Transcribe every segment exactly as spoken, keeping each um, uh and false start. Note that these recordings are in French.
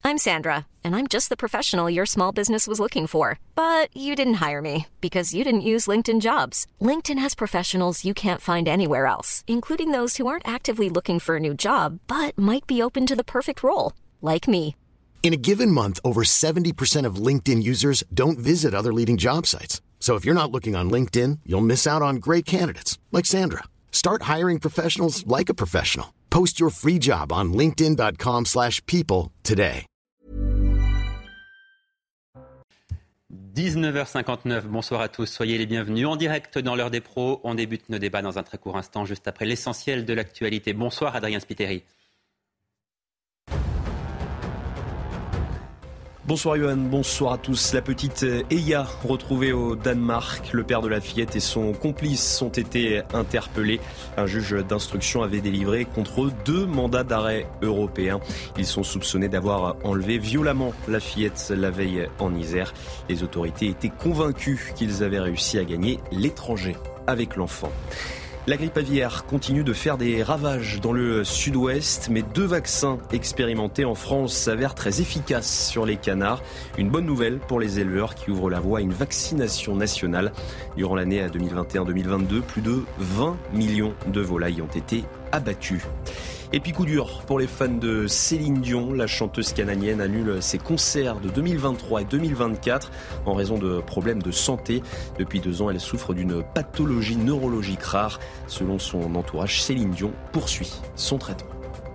I'm Sandra, and I'm just the professional your small business was looking for. But you didn't hire me because you didn't use LinkedIn Jobs. LinkedIn has professionals you can't find anywhere else, including those who aren't actively looking for a new job, but might be open to the perfect role, like me. In a given month, over seventy percent of LinkedIn users don't visit other leading job sites. So if you're not looking on LinkedIn, you'll miss out on great candidates like Sandra. Start hiring professionals like a professional. Post your free job on linkedin.com slash people today. dix-neuf heures cinquante-neuf, bonsoir à tous, soyez les bienvenus en direct dans l'heure des pros. On débute nos débats dans un très court instant, juste après l'essentiel de l'actualité. Bonsoir Adrien Spiteri. Bonsoir Johan, bonsoir à tous. La petite Eya, retrouvée au Danemark, le père de la fillette et son complice ont été interpellés. Un juge d'instruction avait délivré contre eux deux mandats d'arrêt européens. Ils sont soupçonnés d'avoir enlevé violemment la fillette la veille en Isère. Les autorités étaient convaincues qu'ils avaient réussi à gagner l'étranger avec l'enfant. La grippe aviaire continue de faire des ravages dans le sud-ouest, mais deux vaccins expérimentés en France s'avèrent très efficaces sur les canards. Une bonne nouvelle pour les éleveurs qui ouvrent la voie à une vaccination nationale. Durant l'année deux mille vingt et un deux mille vingt-deux, plus de vingt millions de volailles ont été abattues. Et puis coup dur pour les fans de Céline Dion. La chanteuse canadienne annule ses concerts de deux mille vingt-trois et deux mille vingt-quatre en raison de problèmes de santé. Depuis deux ans, elle souffre d'une pathologie neurologique rare. Selon son entourage, Céline Dion poursuit son traitement.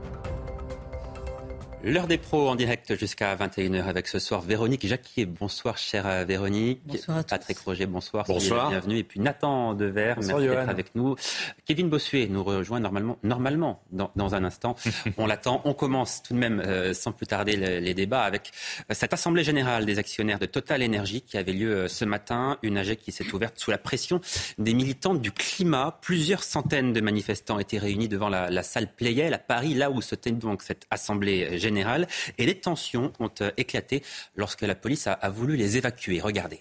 L'heure des pros en direct jusqu'à vingt et une heures avec ce soir Véronique Jacquier. Bonsoir chère Véronique. Bonsoir à tous. Patrick Roger, bonsoir. Bonsoir. Bienvenue. Et puis Nathan Dever, bonsoir, merci Johan. D'être avec nous. Kevin Bossuet nous rejoint normalement, normalement dans, dans un instant. On l'attend. On commence tout de même euh, sans plus tarder les, les débats avec cette assemblée générale des actionnaires de Total Energy qui avait lieu ce matin. Une A G qui s'est ouverte sous la pression des militants du climat. Plusieurs centaines de manifestants étaient réunis devant la, la salle Pleyel à Paris, là où se tenait donc cette assemblée générale. Et les tensions ont éclaté lorsque la police a, a voulu les évacuer. Regardez.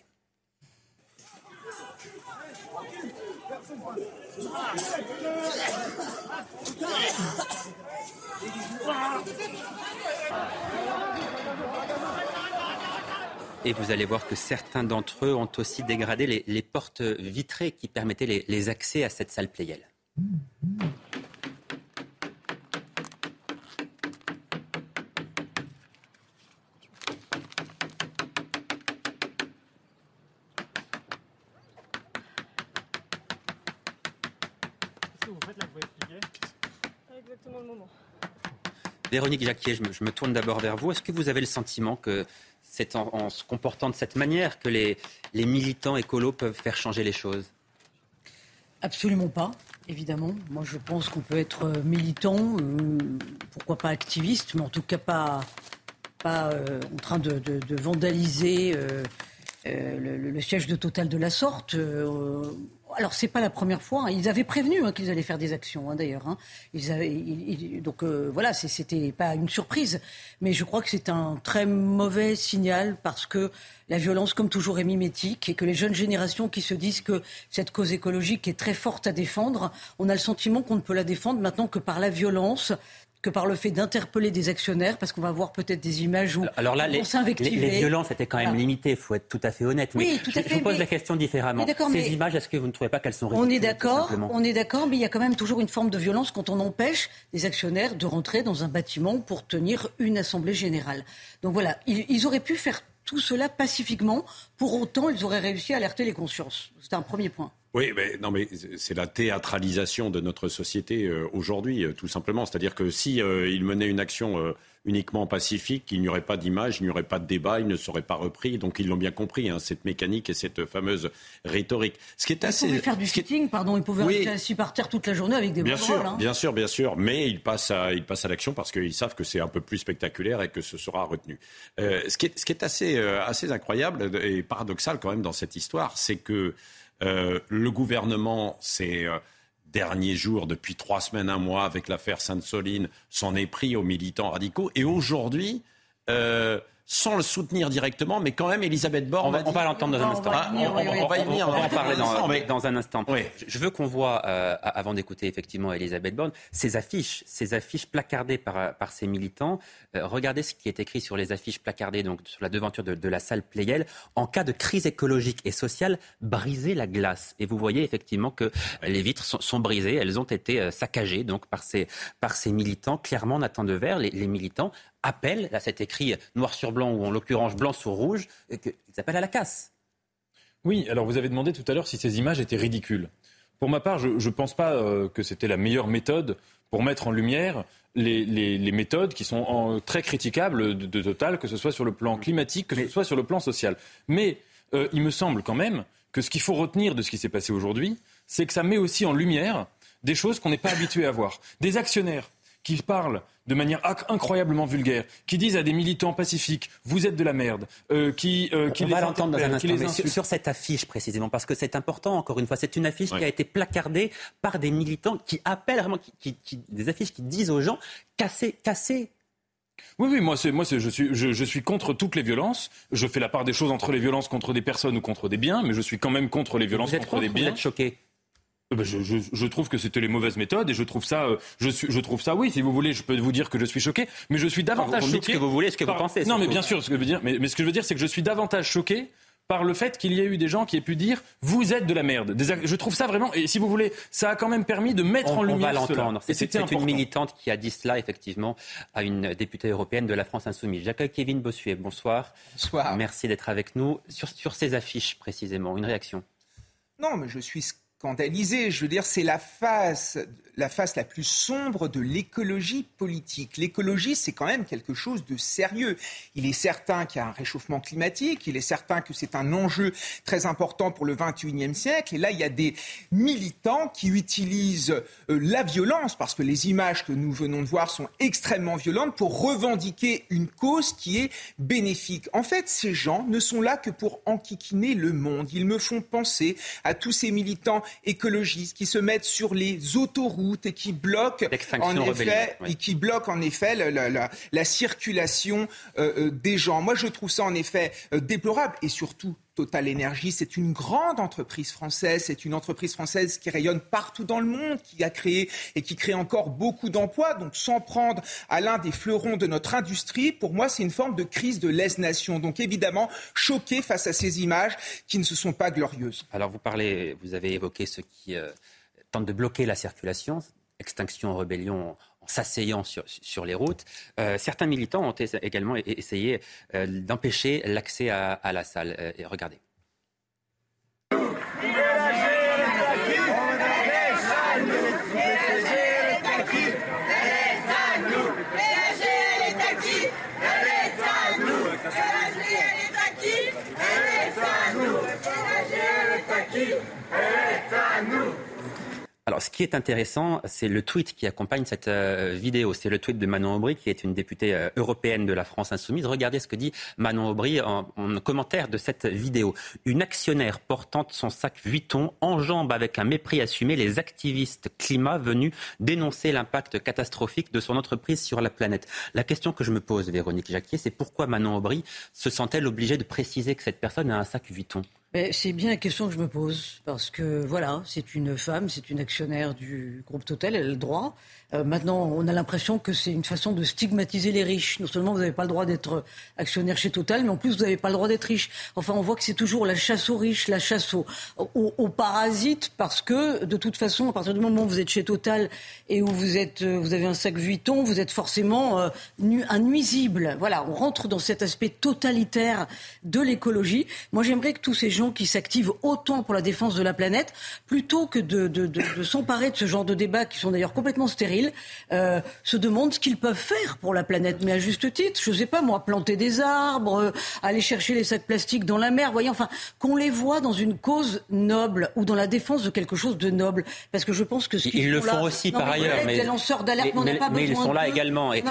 Et vous allez voir que certains d'entre eux ont aussi dégradé les, les portes vitrées qui permettaient les, les accès à cette salle Pleyel. Véronique Jacquier, je me, je me tourne d'abord vers vous. Est-ce que vous avez le sentiment que c'est en, en se comportant de cette manière que les, les militants écolos peuvent faire changer les choses ? Absolument pas, évidemment. Moi, je pense qu'on peut être militant, euh, pourquoi pas activiste, mais en tout cas pas, pas euh, en train de, de, de vandaliser euh, euh, le, le siège de Total de la sorte. Euh, Alors, c'est pas la première fois. Hein. Ils avaient prévenu hein, qu'ils allaient faire des actions, hein, d'ailleurs. Hein. Ils avaient, ils, ils, donc euh, voilà, c'est, c'était pas une surprise. Mais je crois que c'est un très mauvais signal parce que la violence, comme toujours, est mimétique et que les jeunes générations qui se disent que cette cause écologique est très forte à défendre, on a le sentiment qu'on ne peut la défendre maintenant que par la violence, que par le fait d'interpeller des actionnaires, parce qu'on va voir peut-être des images où alors là, on les, s'invectiver. Les, les violences étaient quand même voilà. limitées, il faut être tout à fait honnête. Mais oui, tout à je, fait. je vous pose mais, la question différemment. Ces mais, images, est-ce que vous ne trouvez pas qu'elles sont ridicules ? On est d'accord, on est d'accord, mais il y a quand même toujours une forme de violence quand on empêche des actionnaires de rentrer dans un bâtiment pour tenir une assemblée générale. Donc voilà, ils, ils auraient pu faire tout cela pacifiquement. Pour autant, ils auraient réussi à alerter les consciences. C'est un premier point. Oui, mais non, mais c'est la théâtralisation de notre société euh, aujourd'hui, euh, tout simplement. C'est-à-dire que si euh, il menait une action euh, uniquement pacifique, il n'y aurait pas d'image, il n'y aurait pas de débat, il ne serait pas repris. Donc ils l'ont bien compris, hein, cette mécanique et cette fameuse rhétorique. Ce qui est assez. Ils pouvaient faire du sitting, pardon, ils pouvaient oui. rester assis par terre toute la journée avec des bien banderoles. Sûr, hein. bien sûr, bien sûr. Mais ils passent à, ils passent à l'action parce qu'ils savent que c'est un peu plus spectaculaire et que ce sera retenu. Euh, ce qui est, ce qui est assez, euh, assez incroyable et paradoxal quand même dans cette histoire, c'est que Euh, le gouvernement, ces euh, derniers jours, depuis trois semaines, un mois, avec l'affaire Sainte-Soline, s'en est pris aux militants radicaux. Et aujourd'hui, euh, sans le soutenir directement, mais quand même, Elisabeth Borne... On va, a dit... on va l'entendre dans un instant. Ah, on, on, on va y venir. On va en parler dans, mais... dans un instant. Oui. Je veux qu'on voit, euh, avant d'écouter effectivement Elisabeth Borne, ces affiches, ces affiches placardées par, par ces militants. Euh, regardez ce qui est écrit sur les affiches placardées, donc sur la devanture de, de la salle Pleyel. En cas de crise écologique et sociale, briser la glace. Et vous voyez effectivement que les vitres sont, sont brisées, elles ont été saccagées donc par ces, par ces militants. Clairement, Nathan Devers, les, les militants appellent, là c'est écrit noir sur blanc ou en l'occurrence blanc sur rouge, qu'ils appellent à la casse. Oui, alors vous avez demandé tout à l'heure si ces images étaient ridicules. Pour ma part, je ne pense pas euh, que c'était la meilleure méthode pour mettre en lumière les, les, les méthodes qui sont en, très critiquables de, de Total, que ce soit sur le plan climatique, que ce soit sur le plan social. Mais euh, il me semble quand même que ce qu'il faut retenir de ce qui s'est passé aujourd'hui, c'est que ça met aussi en lumière des choses qu'on n'est pas habitué à voir. Des actionnaires qui parlent de manière incroyablement vulgaire, qui disent à des militants pacifiques « vous êtes de la merde euh, », qui, euh, qui On les va l'entendre dans un instant, mais insultent. sur cette affiche précisément, parce que c'est important, encore une fois, c'est une affiche oui. qui a été placardée par des militants qui appellent vraiment, qui, qui, qui, des affiches qui disent aux gens « cassez, cassez ». Oui, oui, moi, c'est, moi c'est, je, suis, je, je suis contre toutes les violences. Je fais la part des choses entre les violences contre des personnes ou contre des biens, mais je suis quand même contre les violences contre, contre des biens. Vous êtes choqué? Ben je, je, je trouve que c'était les mauvaises méthodes et je trouve ça, euh, je, suis, je trouve ça, oui, si vous voulez, je peux vous dire que je suis choqué, mais je suis davantage vous, vous choqué. Dites ce que vous voulez, ce que par... vous pensez. Non, mais bien sûr, ce que je veux dire, mais, mais ce que je veux dire, c'est que je suis davantage choqué par le fait qu'il y ait eu des gens qui aient pu dire vous êtes de la merde. Des... Je trouve ça vraiment, et si vous voulez, ça a quand même permis de mettre on, en lumière on va l'entendre. Cela. C'est, c'est une militante qui a dit cela, effectivement, à une députée européenne de la France Insoumise. J'accueille Kevin Bossuet. Bonsoir. Bonsoir. Merci d'être avec nous. Sur, sur ces affiches, précisément, une réaction? Non, mais je suis scandalisé. Je veux dire, c'est la face, la face la plus sombre de l'écologie politique. L'écologie, c'est quand même quelque chose de sérieux. Il est certain qu'il y a un réchauffement climatique, il est certain que c'est un enjeu très important pour le vingt et unième siècle. Et là, il y a des militants qui utilisent euh, la violence, parce que les images que nous venons de voir sont extrêmement violentes, pour revendiquer une cause qui est bénéfique. En fait, ces gens ne sont là que pour enquiquiner le monde. Ils me font penser à tous ces militants écologistes qui se mettent sur les autoroutes et qui bloquent en effet, oui. et qui bloquent en effet la, la, la, la circulation euh, des gens. Moi, je trouve ça en effet euh, déplorable et surtout. Total Énergie, c'est une grande entreprise française, c'est une entreprise française qui rayonne partout dans le monde, qui a créé et qui crée encore beaucoup d'emplois. Donc s'en prendre à l'un des fleurons de notre industrie, pour moi, c'est une forme de crise de lèse-nation. Donc évidemment, choqué face à ces images qui ne se sont pas glorieuses. Alors vous parlez, vous avez évoqué ceux qui euh, tentent de bloquer la circulation, Extinction Rebellion en s'asseyant sur, sur les routes. Euh, certains militants ont également essayé euh, d'empêcher l'accès à, à la salle. Euh, et regardez. Alors, ce qui est intéressant, c'est le tweet qui accompagne cette euh, vidéo. C'est le tweet de Manon Aubry, qui est une députée euh, européenne de la France Insoumise. Regardez ce que dit Manon Aubry en, en commentaire de cette vidéo. Une actionnaire portant son sac Vuitton enjambe avec un mépris assumé les activistes climat venus dénoncer l'impact catastrophique de son entreprise sur la planète. La question que je me pose, Véronique Jacquier, c'est pourquoi Manon Aubry se sent-elle obligée de préciser que cette personne a un sac Vuitton ? Mais c'est bien la question que je me pose, parce que voilà, c'est une femme, c'est une actionnaire du groupe Total, elle a le droit. Euh, maintenant, on a l'impression que c'est une façon de stigmatiser les riches. Non seulement vous n'avez pas le droit d'être actionnaire chez Total, mais en plus vous n'avez pas le droit d'être riche. Enfin, on voit que c'est toujours la chasse aux riches, la chasse aux, aux, aux parasites, parce que de toute façon, à partir du moment où vous êtes chez Total et où vous êtes, vous avez un sac Vuitton, vous êtes forcément euh, nu, un nuisible. Voilà, on rentre dans cet aspect totalitaire de l'écologie. Moi, j'aimerais que tous ces gens qui s'activent autant pour la défense de la planète, plutôt que de, de, de, de s'emparer de ce genre de débats qui sont d'ailleurs complètement stériles, euh, se demandent ce qu'ils peuvent faire pour la planète. Mais à juste titre, je ne sais pas moi, planter des arbres, euh, aller chercher les sacs plastiques dans la mer, voyez, enfin, qu'on les voit dans une cause noble ou dans la défense de quelque chose de noble. Parce que je pense que ce qu'ils ils le font font là, aussi non, par mais ailleurs. Mais les lanceurs d'alerte, mais, on n'a pas mais besoin ils sont là d'eux. également. Et, non, mais,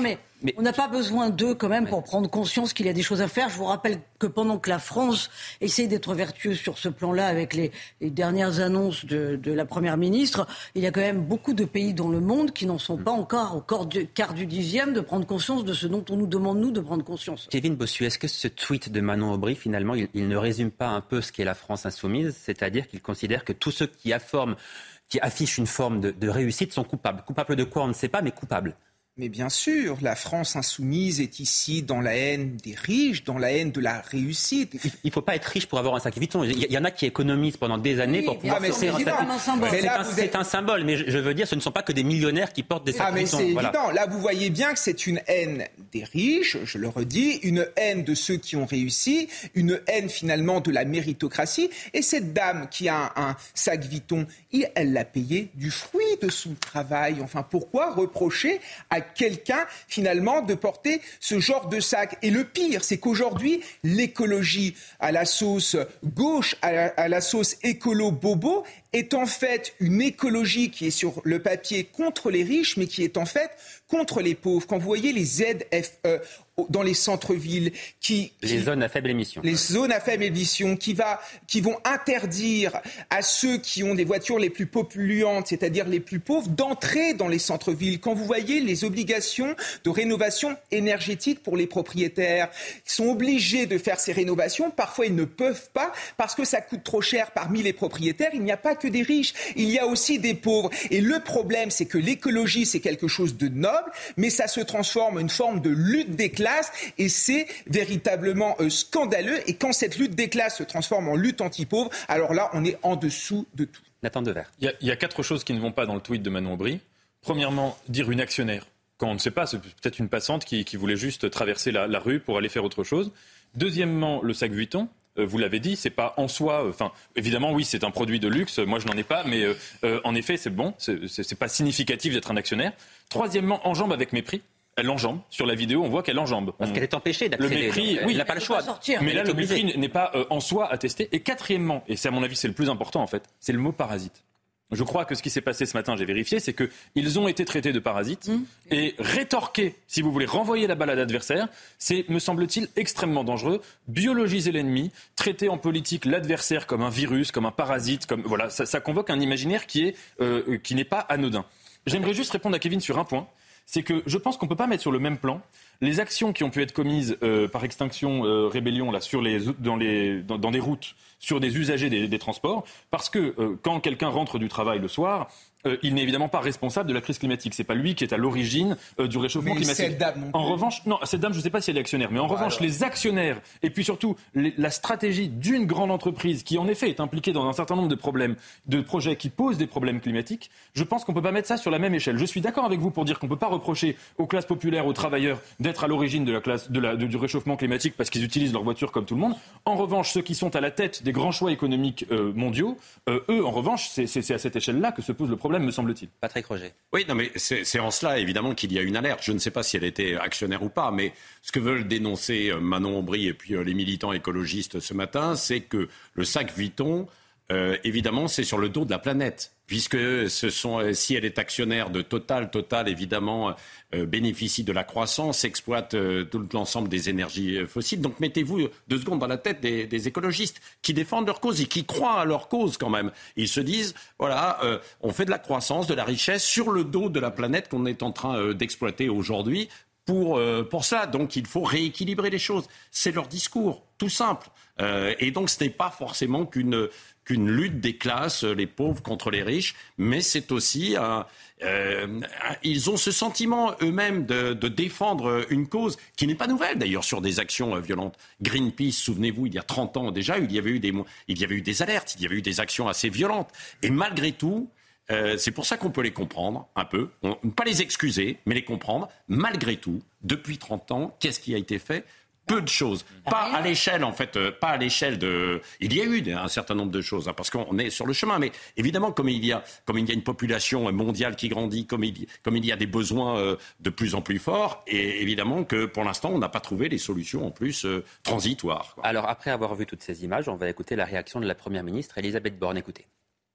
Mais... On n'a pas besoin d'eux quand même pour prendre conscience qu'il y a des choses à faire. Je vous rappelle que pendant que la France essaie d'être vertueuse sur ce plan-là avec les, les dernières annonces de, de la Première ministre, il y a quand même beaucoup de pays dans le monde qui n'en sont pas encore au quart du, quart du dixième de prendre conscience de ce dont on nous demande, nous, de prendre conscience. Kevin Bossuet, est-ce que ce tweet de Manon Aubry, finalement, il, il ne résume pas un peu ce qu'est la France insoumise, c'est-à-dire qu'il considère que tous ceux qui, afforment, qui affichent une forme de, de réussite sont coupables. Coupables de quoi, on ne sait pas, mais coupables. Mais bien sûr, la France insoumise est ici dans la haine des riches, dans la haine de la réussite. Il ne faut pas être riche pour avoir un sac Vuitton. Il y en a qui économisent pendant des années oui, pour pouvoir ah, faire un sac Vuitton. C'est, un, c'est êtes... un symbole, mais je, je veux dire, ce ne sont pas que des millionnaires qui portent des sacs ah, mais Vuitton. C'est voilà. évident. Là, vous voyez bien que c'est une haine des riches, je le redis, une haine de ceux qui ont réussi, une haine finalement de la méritocratie. Et cette dame qui a un, un sac Vuitton, elle l'a payé du fruit de son travail. Enfin, pourquoi reprocher à quelqu'un finalement de porter ce genre de sac? Et le pire, c'est qu'aujourd'hui, l'écologie à la sauce gauche, à la, à la sauce écolo-bobo, est en fait une écologie qui est sur le papier contre les riches, mais qui est en fait contre les pauvres. Quand vous voyez les Z F E dans les centres-villes, qui, les qui, zones à faible émission, les zones à faible émission, qui va, qui vont interdire à ceux qui ont des voitures les plus polluantes, c'est-à-dire les plus pauvres, d'entrer dans les centres-villes. Quand vous voyez les obligations de rénovation énergétique pour les propriétaires, qui sont obligés de faire ces rénovations, parfois ils ne peuvent pas parce que ça coûte trop cher. Parmi les propriétaires, il n'y a pas que des riches, il y a aussi des pauvres. Et le problème, c'est que l'écologie, c'est quelque chose de noble, mais ça se transforme en une forme de lutte des classes, et c'est véritablement euh, scandaleux. Et quand cette lutte des classes se transforme en lutte anti-pauvre, alors là, on est en dessous de tout. Nathan Devers. Il y a, il y a quatre choses qui ne vont pas dans le tweet de Manon Aubry. Premièrement, dire une actionnaire. Quand on ne sait pas, c'est peut-être une passante qui, qui voulait juste traverser la, la rue pour aller faire autre chose. Deuxièmement, le sac Vuitton. Euh, vous l'avez dit, c'est pas en soi. Enfin, euh, évidemment, oui, c'est un produit de luxe. Moi, je n'en ai pas, mais euh, euh, en effet, c'est bon. C'est, c'est, c'est pas significatif d'être un actionnaire. Troisièmement, enjambe avec mépris. Elle enjambe. Sur la vidéo, on voit qu'elle enjambe. Parce on... qu'elle est empêchée d'accéder. Le mépris, oui, elle n'a pas le choix. Mais là, le mépris n'est pas euh, en soi attesté. Et quatrièmement, et c'est à mon avis c'est le plus important en fait, c'est le mot parasite. Je crois que ce qui s'est passé ce matin, j'ai vérifié, c'est qu'ils ont été traités de parasites mmh. et rétorquer, si vous voulez, renvoyer la balle à l'adversaire, c'est, me semble-t-il, extrêmement dangereux. Biologiser l'ennemi, traiter en politique l'adversaire comme un virus, comme un parasite, comme voilà, ça, ça convoque un imaginaire qui est euh, qui n'est pas anodin. J'aimerais juste répondre à Kevin sur un point, c'est que je pense qu'on ne peut pas mettre sur le même plan les actions qui ont pu être commises euh, par Extinction euh, Rébellion là, sur les, dans, les, dans, dans des routes, sur des usagers des, des transports, parce que euh, quand quelqu'un rentre du travail le soir, euh, il n'est évidemment pas responsable de la crise climatique. C'est pas lui qui est à l'origine euh, du réchauffement mais climatique. Cette dame non en revanche, non, cette dame, je ne sais pas si elle est actionnaire, mais en bah revanche, alors. les actionnaires et puis surtout les, la stratégie d'une grande entreprise qui en effet est impliquée dans un certain nombre de problèmes, de projets qui posent des problèmes climatiques, je pense qu'on ne peut pas mettre ça sur la même échelle. Je suis d'accord avec vous pour dire qu'on ne peut pas reprocher aux classes populaires, aux travailleurs d'être à l'origine de la classe, de la, de, du réchauffement climatique parce qu'ils utilisent leur voiture comme tout le monde. En revanche, ceux qui sont à la tête des grands choix économiques euh, mondiaux, euh, eux, en revanche, c'est, c'est, c'est à cette échelle-là que se pose le problème, me semble-t-il. Patrick Roger. Oui, non, mais c'est, c'est en cela, évidemment, qu'il y a une alerte. Je ne sais pas si elle était actionnaire ou pas, mais ce que veulent dénoncer Manon Aubry et puis euh, les militants écologistes ce matin, c'est que le sac Vuitton, euh, évidemment, c'est sur le dos de la planète. Puisque ce sont, si elle est actionnaire de Total, Total évidemment euh, bénéficie de la croissance, exploite euh, tout l'ensemble des énergies euh, fossiles. Donc mettez-vous deux secondes dans la tête des, des écologistes qui défendent leur cause et qui croient à leur cause quand même. Ils se disent, voilà, euh, on fait de la croissance, de la richesse sur le dos de la planète qu'on est en train euh, d'exploiter aujourd'hui. Pour, euh, pour ça, donc il faut rééquilibrer les choses. C'est leur discours, tout simple. Euh, et donc ce n'est pas forcément qu'une, qu'une lutte des classes, les pauvres contre les riches, mais c'est aussi un, euh, ils ont ce sentiment eux-mêmes de, de défendre une cause qui n'est pas nouvelle d'ailleurs sur des actions violentes. Greenpeace, souvenez-vous, il y a trente ans déjà, il y avait eu des, il y avait eu des alertes, il y avait eu des actions assez violentes. Et malgré tout, Euh, c'est pour ça qu'on peut les comprendre un peu, on, pas les excuser, mais les comprendre. Malgré tout, depuis trente ans, qu'est-ce qui a été fait ? Peu de choses. Pas à l'échelle, en fait, euh, pas à l'échelle de... Il y a eu un certain nombre de choses, hein, parce qu'on est sur le chemin. Mais évidemment, comme il y a, comme il y a une population mondiale qui grandit, comme il, comme il y a des besoins euh, de plus en plus forts, et évidemment que pour l'instant, on n'a pas trouvé les solutions en plus euh, transitoires, quoi. Alors, après avoir vu toutes ces images, on va écouter la réaction de la Première ministre, Elisabeth Borne. Écoutez.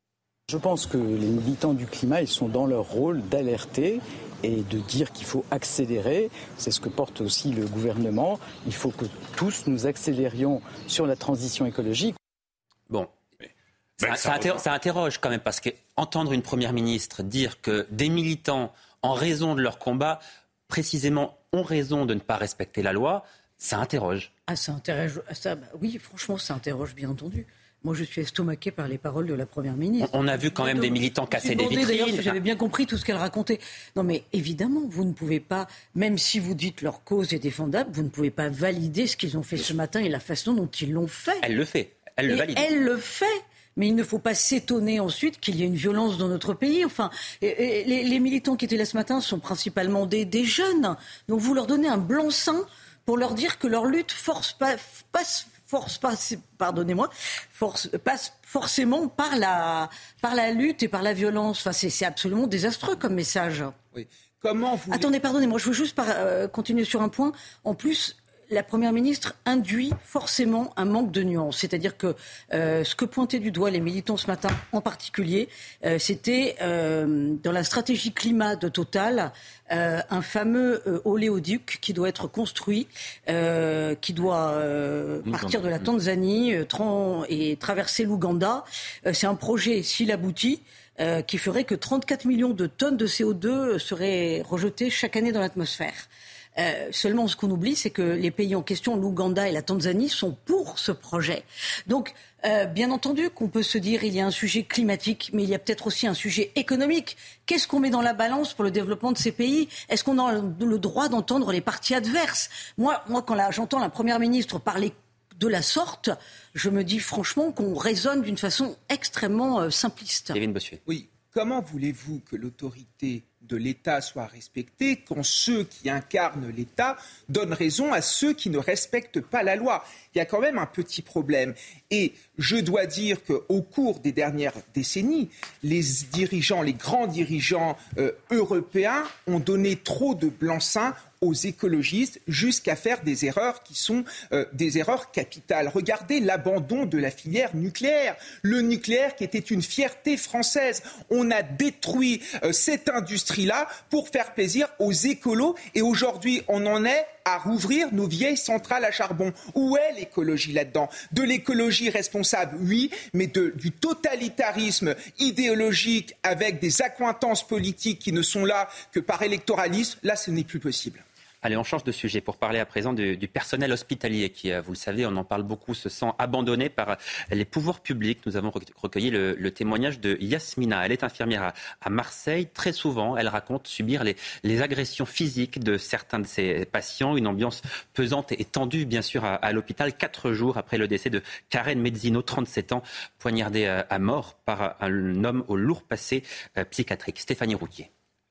Je pense que les militants du climat, ils sont dans leur rôle d'alerter et de dire qu'il faut accélérer. C'est ce que porte aussi le gouvernement. Il faut que tous nous accélérions sur la transition écologique. Bon, ça, ça, interroge, ça interroge quand même, parce qu'entendre une première ministre dire que des militants, en raison de leur combat, précisément ont raison de ne pas respecter la loi, ça interroge. Ah, ça interroge. Ça, bah, oui, franchement, ça interroge, bien entendu. Moi, je suis estomaquée par les paroles de la Première ministre. On a vu quand même des militants casser des vitrines. D'ailleurs, si j'avais bien compris tout ce qu'elle racontait. Non, mais évidemment, vous ne pouvez pas, même si vous dites leur cause est défendable, vous ne pouvez pas valider ce qu'ils ont fait ce matin et la façon dont ils l'ont fait. Elle le fait. Elle le et valide. Elle le fait. Mais il ne faut pas s'étonner ensuite qu'il y ait une violence dans notre pays. Enfin, et, et, les, les militants qui étaient là ce matin sont principalement des, des jeunes. Donc vous leur donnez un blanc-seing pour leur dire que leur lutte force pas, passe, force pas, pardonnez-moi, force, passe forcément par la, par la lutte et par la violence. Enfin, c'est, c'est absolument désastreux comme message. Oui. Comment vous... Attendez, pardonnez-moi, je veux juste par, euh, continuer sur un point. En plus, la Première ministre induit forcément un manque de nuance. C'est-à-dire que euh, ce que pointaient du doigt les militants ce matin en particulier, euh, c'était euh, dans la stratégie climat de Total, euh, un fameux euh, oléoduc qui doit être construit, euh, qui doit euh, partir de la Tanzanie euh, tra- et traverser l'Ouganda. Euh, c'est un projet, s'il aboutit, euh, qui ferait que trente-quatre millions de tonnes de C O deux seraient rejetées chaque année dans l'atmosphère. Euh, seulement, ce qu'on oublie, c'est que les pays en question, l'Ouganda et la Tanzanie, sont pour ce projet. Donc, euh, bien entendu qu'on peut se dire il y a un sujet climatique, mais il y a peut-être aussi un sujet économique. Qu'est-ce qu'on met dans la balance pour le développement de ces pays ? Est-ce qu'on a le droit d'entendre les parties adverses ? Moi, moi, quand là, j'entends la Première ministre parler de la sorte, je me dis franchement qu'on raisonne d'une façon extrêmement euh, simpliste. Kevin Bossuet. Oui. Comment voulez-vous que l'autorité de l'État soit respectée quand ceux qui incarnent l'État donnent raison à ceux qui ne respectent pas la loi ? Il y a quand même un petit problème. Et je dois dire qu'au cours des dernières décennies, les dirigeants, les grands dirigeants euh, européens ont donné trop de blanc-seing aux écologistes jusqu'à faire des erreurs qui sont euh, des erreurs capitales. Regardez l'abandon de la filière nucléaire. Le nucléaire qui était une fierté française. On a détruit euh, cette industrie-là pour faire plaisir aux écolos et aujourd'hui on en est à rouvrir nos vieilles centrales à charbon. Où est l'écologie là-dedans ? De l'écologie responsable, oui, mais de, du totalitarisme idéologique avec des accointances politiques qui ne sont là que par électoralisme, là ce n'est plus possible. Allez, on change de sujet pour parler à présent du, du personnel hospitalier qui, vous le savez, on en parle beaucoup, se sent abandonné par les pouvoirs publics. Nous avons recueilli le, le témoignage de Yasmina. Elle est infirmière à, à Marseille. Très souvent, elle raconte subir les, les agressions physiques de certains de ses patients. Une ambiance pesante et tendue, bien sûr, à, à l'hôpital. Quatre jours après le décès de Karen Mezzino, trente-sept ans, poignardée à, à mort par un homme au lourd passé euh, psychiatrique. Stéphanie Rouquier.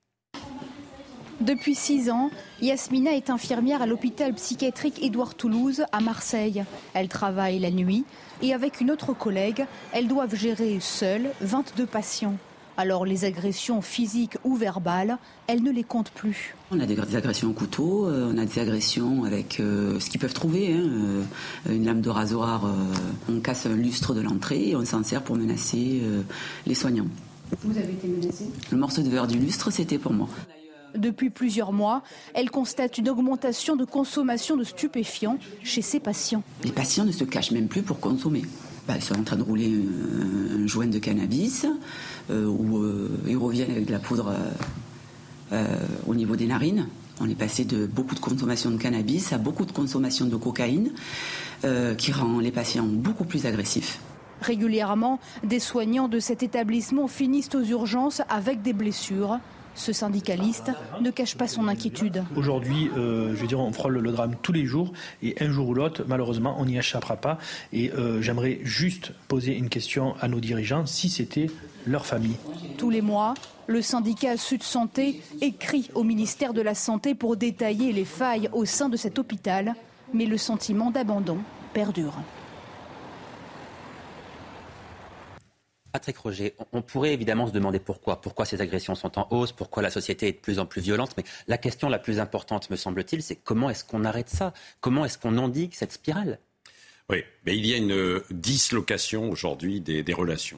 Depuis six ans, Yasmina est infirmière à l'hôpital psychiatrique Édouard Toulouse à Marseille. Elle travaille la nuit et avec une autre collègue, elles doivent gérer seules vingt-deux patients. Alors les agressions physiques ou verbales, elles ne les comptent plus. On a des agressions au couteau, euh, on a des agressions avec euh, ce qu'ils peuvent trouver, hein, euh, une lame de rasoir, euh, on casse un lustre de l'entrée et on s'en sert pour menacer euh, les soignants. Vous avez été menacée ? Le morceau de verre du lustre, c'était pour moi. Depuis plusieurs mois, elle constate une augmentation de consommation de stupéfiants chez ses patients. Les patients ne se cachent même plus pour consommer. Bah, ils sont en train de rouler un, un joint de cannabis euh, ou euh, ils reviennent avec de la poudre euh, euh, au niveau des narines. On est passé de beaucoup de consommation de cannabis à beaucoup de consommation de cocaïne euh, qui rend les patients beaucoup plus agressifs. Régulièrement, des soignants de cet établissement finissent aux urgences avec des blessures. Ce syndicaliste ne cache pas son inquiétude. Aujourd'hui, euh, je veux dire, on frôle le drame tous les jours et un jour ou l'autre, malheureusement, on n'y échappera pas. Et euh, j'aimerais juste poser une question à nos dirigeants, si c'était leur famille. Tous les mois, le syndicat Sud Santé écrit au ministère de la Santé pour détailler les failles au sein de cet hôpital, mais le sentiment d'abandon perdure. Patrick Roger, on pourrait évidemment se demander pourquoi. Pourquoi ces agressions sont en hausse, pourquoi la société est de plus en plus violente. Mais la question la plus importante, me semble-t-il, c'est comment est-ce qu'on arrête ça ? Comment est-ce qu'on endigue cette spirale ? Oui, mais il y a une dislocation aujourd'hui des, des relations.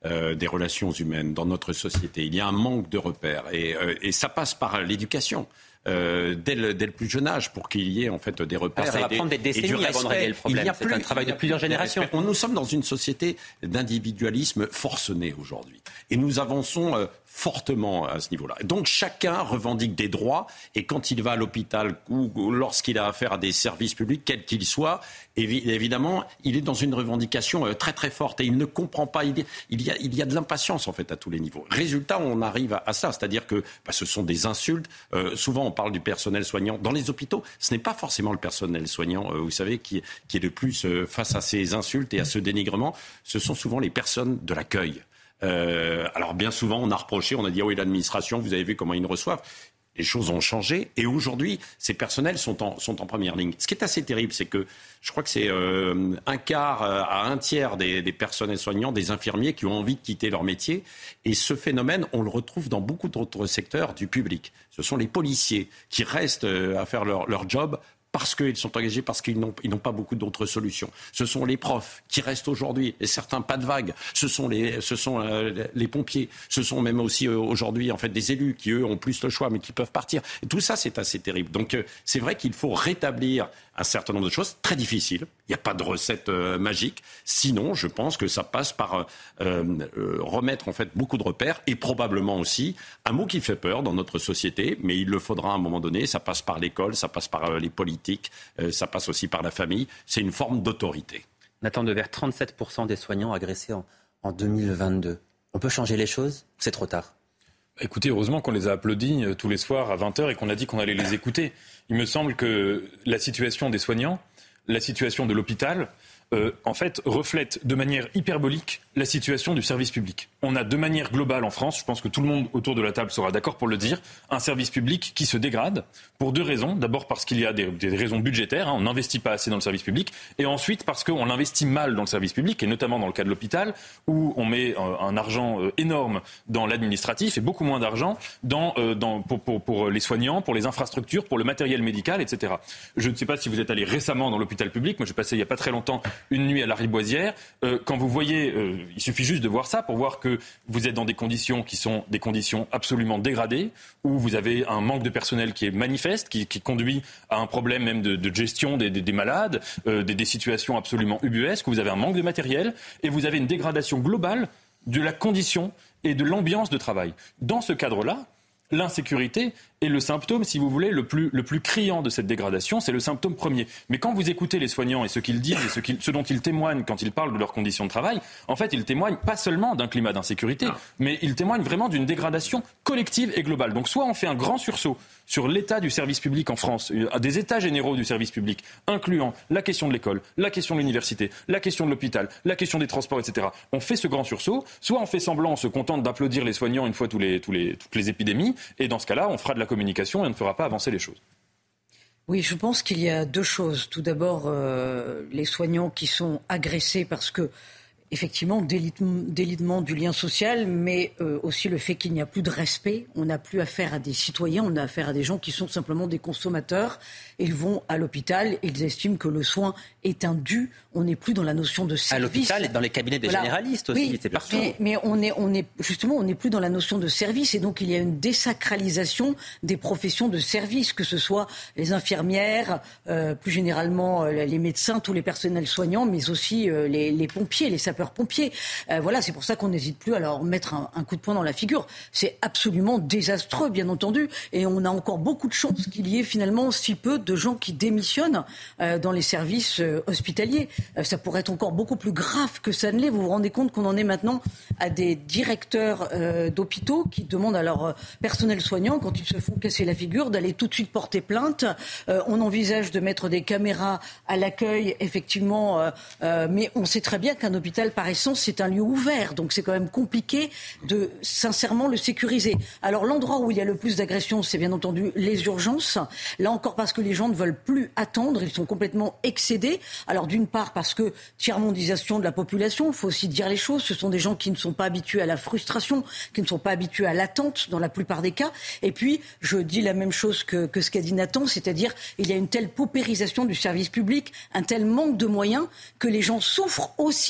euh, des relations humaines dans notre société. Il y a un manque de repères et, euh, et ça passe par l'éducation. Euh, dès, le, dès le plus jeune âge pour qu'il y ait en fait des repères. Alors ça va et prendre des décennies avant de régler le problème. C'est un travail de plusieurs générations. On, nous sommes dans une société d'individualisme forcené aujourd'hui. Et nous avançons euh, fortement à ce niveau-là. Donc chacun revendique des droits et quand il va à l'hôpital ou, ou lorsqu'il a affaire à des services publics, quels qu'ils soient, évi- évidemment, il est dans une revendication euh, très très forte et il ne comprend pas. Il, il, y a, il y a de l'impatience en fait à tous les niveaux. Résultat, on arrive à, à ça, c'est-à-dire que bah, ce sont des insultes. Euh, souvent, on parle du personnel soignant. Dans les hôpitaux, ce n'est pas forcément le personnel soignant, euh, vous savez, qui, qui est le plus euh, face à ces insultes et à ce dénigrement. Ce sont souvent les personnes de l'accueil. Euh, alors bien souvent, on a reproché, on a dit oh, oui, l'administration, vous avez vu comment ils nous reçoivent. Les choses ont changé et aujourd'hui, ces personnels sont en, sont en première ligne. Ce qui est assez terrible, c'est que je crois que c'est euh, un quart à un tiers des, des personnels soignants, des infirmiers qui ont envie de quitter leur métier. Et ce phénomène, on le retrouve dans beaucoup d'autres secteurs du public. Ce sont les policiers qui restent à faire leur, leur job parce qu'ils sont engagés, parce qu'ils n'ont, ils n'ont pas beaucoup d'autres solutions. Ce sont les profs qui restent aujourd'hui, et certains pas de vague. Ce sont les, ce sont euh, les pompiers. Ce sont même aussi euh, aujourd'hui en fait des élus qui eux ont plus le choix, mais qui peuvent partir. Et tout ça, c'est assez terrible. Donc euh, c'est vrai qu'il faut rétablir un certain nombre de choses très difficiles. Il n'y a pas de recette euh, magique. Sinon, je pense que ça passe par euh, euh, remettre en fait beaucoup de repères et probablement aussi un mot qui fait peur dans notre société, mais il le faudra à un moment donné. Ça passe par l'école, ça passe par euh, les politiques, euh, ça passe aussi par la famille. C'est une forme d'autorité. Nathan Devers, trente-sept pour cent des soignants agressés en, en deux mille vingt-deux. On peut changer les choses ou c'est trop tard ? Écoutez, heureusement qu'on les a applaudis tous les soirs à vingt heures et qu'on a dit qu'on allait les écouter. Il me semble que la situation des soignants, la situation de l'hôpital, euh, en fait, reflète de manière hyperbolique la situation du service public. On a de manière globale en France, je pense que tout le monde autour de la table sera d'accord pour le dire, un service public qui se dégrade pour deux raisons. D'abord parce qu'il y a des, des raisons budgétaires, hein, on n'investit pas assez dans le service public, et ensuite parce qu'on investit mal dans le service public, et notamment dans le cas de l'hôpital, où on met euh, un argent euh, énorme dans l'administratif et beaucoup moins d'argent dans, euh, dans, pour, pour, pour les soignants, pour les infrastructures, pour le matériel médical, et cetera. Je ne sais pas si vous êtes allé récemment dans l'hôpital public, moi j'ai passé il n'y a pas très longtemps une nuit à la Riboisière. Euh, quand vous voyez, euh, il suffit juste de voir ça pour voir que vous êtes dans des conditions qui sont des conditions absolument dégradées, où vous avez un manque de personnel qui est manifeste, qui, qui conduit à un problème même de, de gestion des, des, des malades, euh, des, des situations absolument ubuesques, où vous avez un manque de matériel et vous avez une dégradation globale de la condition et de l'ambiance de travail. Dans ce cadre-là, l'insécurité est le symptôme, si vous voulez, le plus, le plus criant de cette dégradation. C'est le symptôme premier. Mais quand vous écoutez les soignants et ce qu'ils disent et ce, qu'ils, ce dont ils témoignent quand ils parlent de leurs conditions de travail, en fait, ils témoignent pas seulement d'un climat d'insécurité, non. mais ils témoignent vraiment d'une dégradation collective et globale. Donc soit on fait un grand sursaut sur l'état du service public en France, des états généraux du service public, incluant la question de l'école, la question de l'université, la question de l'hôpital, la question des transports, et cetera. On fait ce grand sursaut, soit on fait semblant, on se contente d'applaudir les soignants une fois tous les, tous les, toutes les épidémies, et dans ce cas-là, on fera de la communication et on ne fera pas avancer les choses. Oui, je pense qu'il y a deux choses. Tout d'abord, euh, les soignants qui sont agressés parce que, effectivement, délitement, délitement du lien social, mais euh, aussi le fait qu'il n'y a plus de respect. On n'a plus affaire à des citoyens, on a affaire à des gens qui sont simplement des consommateurs. Ils vont à l'hôpital, ils estiment que le soin est un dû. On n'est plus dans la notion de service. À l'hôpital et dans les cabinets des voilà. généralistes aussi, oui, c'est partout. Mais, mais on est, on est, justement, on n'est plus dans la notion de service. Et donc, il y a une désacralisation des professions de service, que ce soit les infirmières, euh, plus généralement euh, les médecins, tous les personnels soignants, mais aussi euh, les, les pompiers, les sapeurs-pompiers. Euh, voilà, c'est pour ça qu'on n'hésite plus à leur mettre un, un coup de poing dans la figure. C'est absolument désastreux, bien entendu. Et on a encore beaucoup de chance qu'il y ait finalement si peu de gens qui démissionnent euh, dans les services euh, hospitaliers. Euh, ça pourrait être encore beaucoup plus grave que ça ne l'est. Vous vous rendez compte qu'on en est maintenant à des directeurs euh, d'hôpitaux qui demandent à leur euh, personnel soignant, quand ils se font casser la figure, d'aller tout de suite porter plainte. Euh, on envisage de mettre des caméras à l'accueil, effectivement, euh, euh, mais on sait très bien qu'un hôpital, par essence, c'est un lieu ouvert. Donc c'est quand même compliqué de sincèrement le sécuriser. Alors l'endroit où il y a le plus d'agressions, c'est bien entendu les urgences. Là encore parce que les gens ne veulent plus attendre, ils sont complètement excédés. Alors d'une part parce que tiers-mondisation de la population, il faut aussi dire les choses, ce sont des gens qui ne sont pas habitués à la frustration, qui ne sont pas habitués à l'attente dans la plupart des cas. Et puis je dis la même chose que, que ce qu'a dit Nathan, c'est-à-dire il y a une telle paupérisation du service public, un tel manque de moyens que les gens souffrent aussi dans l'attente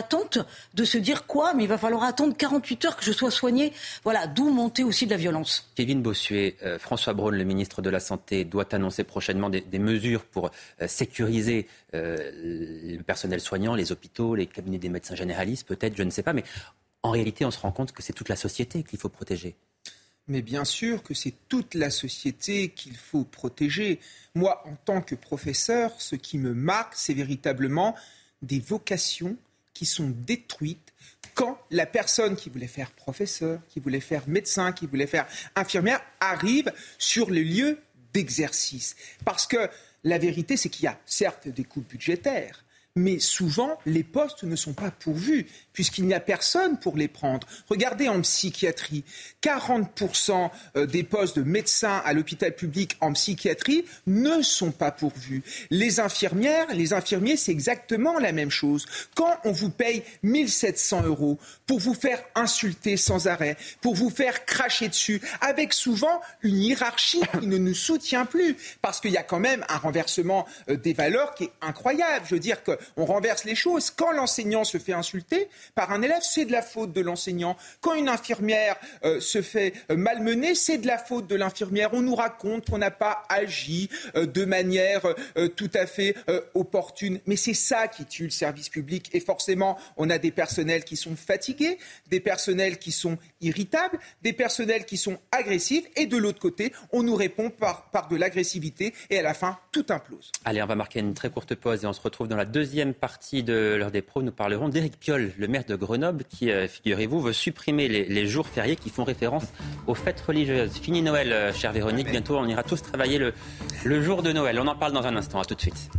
l'attente de se dire quoi, mais il va falloir attendre quarante-huit heures que je sois soignée. Voilà, d'où monter aussi de la violence. Kevin Bossuet, euh, François Braun, le ministre de la Santé, doit annoncer prochainement des, des mesures pour euh, sécuriser euh, le personnel soignant, les hôpitaux, les cabinets des médecins généralistes, peut-être, je ne sais pas, mais en réalité, on se rend compte que c'est toute la société qu'il faut protéger. Mais bien sûr que c'est toute la société qu'il faut protéger. Moi, en tant que professeur, ce qui me marque, c'est véritablement des vocations qui sont détruites quand la personne qui voulait faire professeur, qui voulait faire médecin, qui voulait faire infirmière, arrive sur le lieu d'exercice. Parce que la vérité, c'est qu'il y a certes des coupes budgétaires, mais souvent, les postes ne sont pas pourvus, puisqu'il n'y a personne pour les prendre. Regardez en psychiatrie, quarante pour cent des postes de médecins à l'hôpital public en psychiatrie ne sont pas pourvus. Les infirmières, les infirmiers, c'est exactement la même chose. Quand on vous paye mille sept cents euros pour vous faire insulter sans arrêt, pour vous faire cracher dessus, avec souvent une hiérarchie qui ne nous soutient plus, parce qu'il y a quand même un renversement des valeurs qui est incroyable. Je veux dire que on renverse les choses. Quand l'enseignant se fait insulter par un élève, c'est de la faute de l'enseignant. Quand une infirmière euh, se fait euh, malmener, c'est de la faute de l'infirmière. On nous raconte qu'on n'a pas agi euh, de manière euh, tout à fait euh, opportune. Mais c'est ça qui tue le service public. Et forcément, on a des personnels qui sont fatigués, des personnels qui sont irritables, des personnels qui sont agressifs. Et de l'autre côté, on nous répond par, par de l'agressivité. Et à la fin, tout implose. Allez, on va marquer une très courte pause et on se retrouve dans la deuxième Deuxième partie de l'heure des pros, nous parlerons d'Éric Piolle, le maire de Grenoble, qui, euh, figurez-vous, veut supprimer les, les jours fériés qui font référence aux fêtes religieuses. Fini Noël, euh, chère Véronique. Bientôt, on ira tous travailler le, le jour de Noël. On en parle dans un instant. À tout de suite.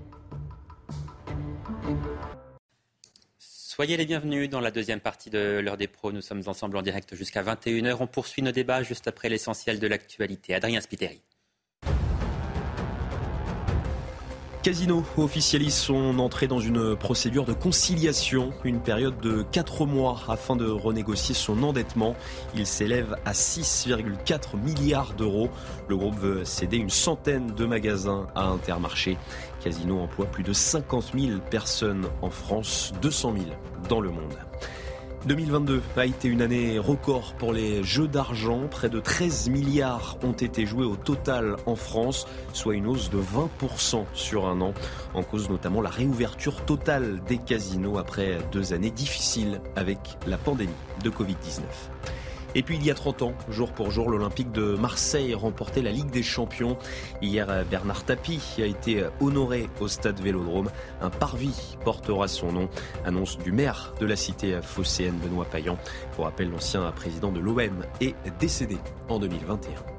Soyez les bienvenus dans la deuxième partie de l'heure des pros. Nous sommes ensemble en direct jusqu'à vingt et une heures. On poursuit nos débats juste après l'essentiel de l'actualité. Adrien Spiteri. Casino officialise son entrée dans une procédure de conciliation, une période de quatre mois afin de renégocier son endettement. Il s'élève à six virgule quatre milliards d'euros. Le groupe veut céder une centaine de magasins à Intermarché. Casino emploie plus de cinquante mille personnes en France, deux cent mille dans le monde. deux mille vingt-deux a été une année record pour les jeux d'argent. Près de treize milliards ont été joués au total en France, soit une hausse de vingt pour cent sur un an. En cause notamment la réouverture totale des casinos après deux années difficiles avec la pandémie de covid dix-neuf. Et puis il y a trente ans, jour pour jour, l'Olympique de Marseille remportait la Ligue des Champions. Hier, Bernard Tapie a été honoré au stade Vélodrome. Un parvis portera son nom. Annonce du maire de la cité phocéenne, Benoît Payan. Pour rappel, l'ancien président de l'O M est décédé en deux mille vingt et un.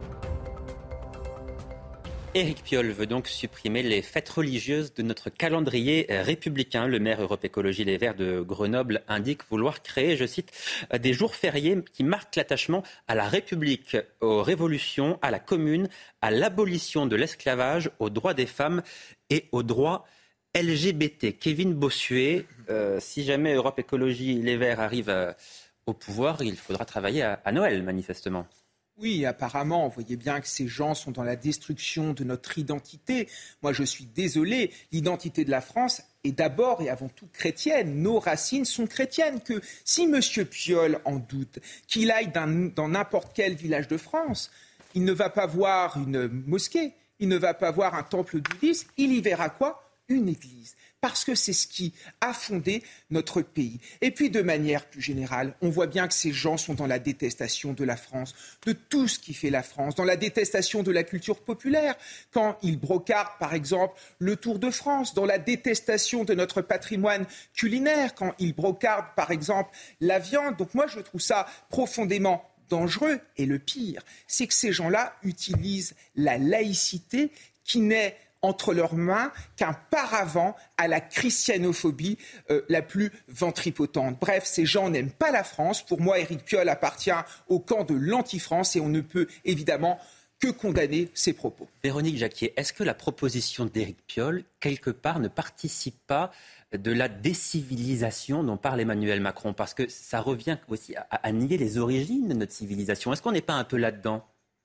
Éric Piolle veut donc supprimer les fêtes religieuses de notre calendrier républicain. Le maire Europe Écologie Les Verts de Grenoble indique vouloir créer, je cite, des jours fériés qui marquent l'attachement à la République, aux révolutions, à la commune, à l'abolition de l'esclavage, aux droits des femmes et aux droits L G B T. Kevin Bossuet, euh, si jamais Europe Écologie Les Verts arrive à, au pouvoir, il faudra travailler à, à Noël, manifestement. Oui, apparemment, vous voyez bien que ces gens sont dans la destruction de notre identité. Moi, je suis désolé, l'identité de la France est d'abord et avant tout chrétienne. Nos racines sont chrétiennes. Que si M. Piolle en doute, qu'il aille dans, dans n'importe quel village de France, il ne va pas voir une mosquée, il ne va pas voir un temple bouddhiste, il y verra quoi ? Une église. Parce que c'est ce qui a fondé notre pays. Et puis, de manière plus générale, on voit bien que ces gens sont dans la détestation de la France, de tout ce qui fait la France, dans la détestation de la culture populaire, quand ils brocardent, par exemple, le Tour de France, dans la détestation de notre patrimoine culinaire, quand ils brocardent, par exemple, la viande. Donc moi, je trouve ça profondément dangereux. Et le pire, c'est que ces gens-là utilisent la laïcité qui n'est entre leurs mains qu'un paravent à la christianophobie euh, la plus ventripotente. Bref, ces gens n'aiment pas la France. Pour moi, Éric Piolle appartient au camp de l'anti-France et on ne peut évidemment que condamner ses propos. Véronique Jacquier, est-ce que la proposition d'Éric Piolle, quelque part, ne participe pas de la décivilisation dont parle Emmanuel Macron ? Parce que ça revient aussi à, à nier les origines de notre civilisation. Est-ce qu'on n'est pas un peu là-dedans ?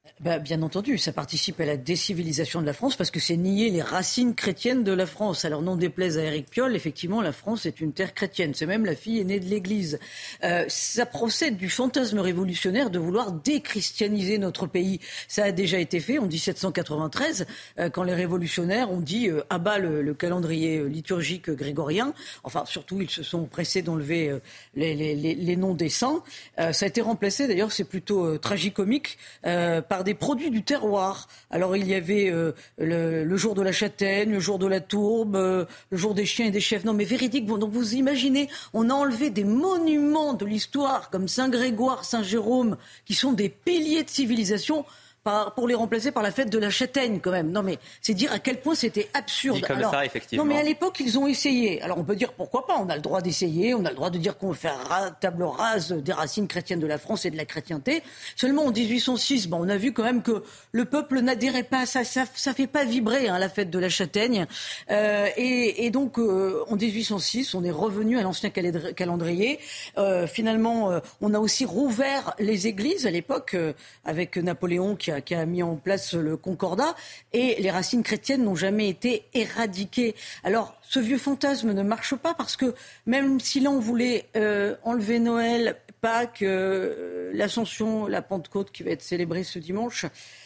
Bah, bien entendu, ça participe à la décivilisation de la France parce que c'est nier les racines chrétiennes de la France. Alors, non déplaise à Éric Piolle, effectivement, la France est une terre chrétienne. C'est même la fille aînée de l'Église. Euh, ça procède du fantasme révolutionnaire de vouloir déchristianiser notre pays. Ça a déjà été fait en dix-sept cent quatre-vingt-treize, euh, quand les révolutionnaires ont dit euh, « abat le, le calendrier liturgique grégorien ». Enfin, surtout, ils se sont pressés d'enlever euh, les, les, les, les noms des saints. Euh, ça a été remplacé, d'ailleurs, c'est plutôt euh, tragicomique, euh, par des produits du terroir. Alors il y avait euh, le, le jour de la châtaigne, le jour de la tourbe, euh, le jour des chiens et des chèvres. Non mais véridique. Bon, donc vous imaginez, on a enlevé des monuments de l'histoire comme Saint-Grégoire, Saint-Jérôme, qui sont des piliers de civilisation, par, pour les remplacer par la fête de la châtaigne quand même. Non mais c'est dire à quel point c'était absurde. Dit comme Alors, ça, effectivement. Non mais à l'époque ils ont essayé. Alors on peut dire pourquoi pas, on a le droit d'essayer, on a le droit de dire qu'on veut faire ra- table rase des racines chrétiennes de la France et de la chrétienté. Seulement en dix-huit cent six, bon, on a vu quand même que le peuple n'adhérait pas à ça, ça, ça fait pas vibrer hein, la fête de la châtaigne. Euh, et, et donc euh, en dix-huit cent six, on est revenu à l'ancien calendrier. Euh, finalement, euh, on a aussi rouvert les églises à l'époque euh, avec Napoléon qui a qui a mis en place le Concordat, et les racines chrétiennes n'ont jamais été éradiquées. Alors, ce vieux fantasme ne marche pas parce que même si là on voulait euh, enlever Noël, Pâques, euh, l'Ascension, la Pentecôte qui va être célébrée ce dimanche,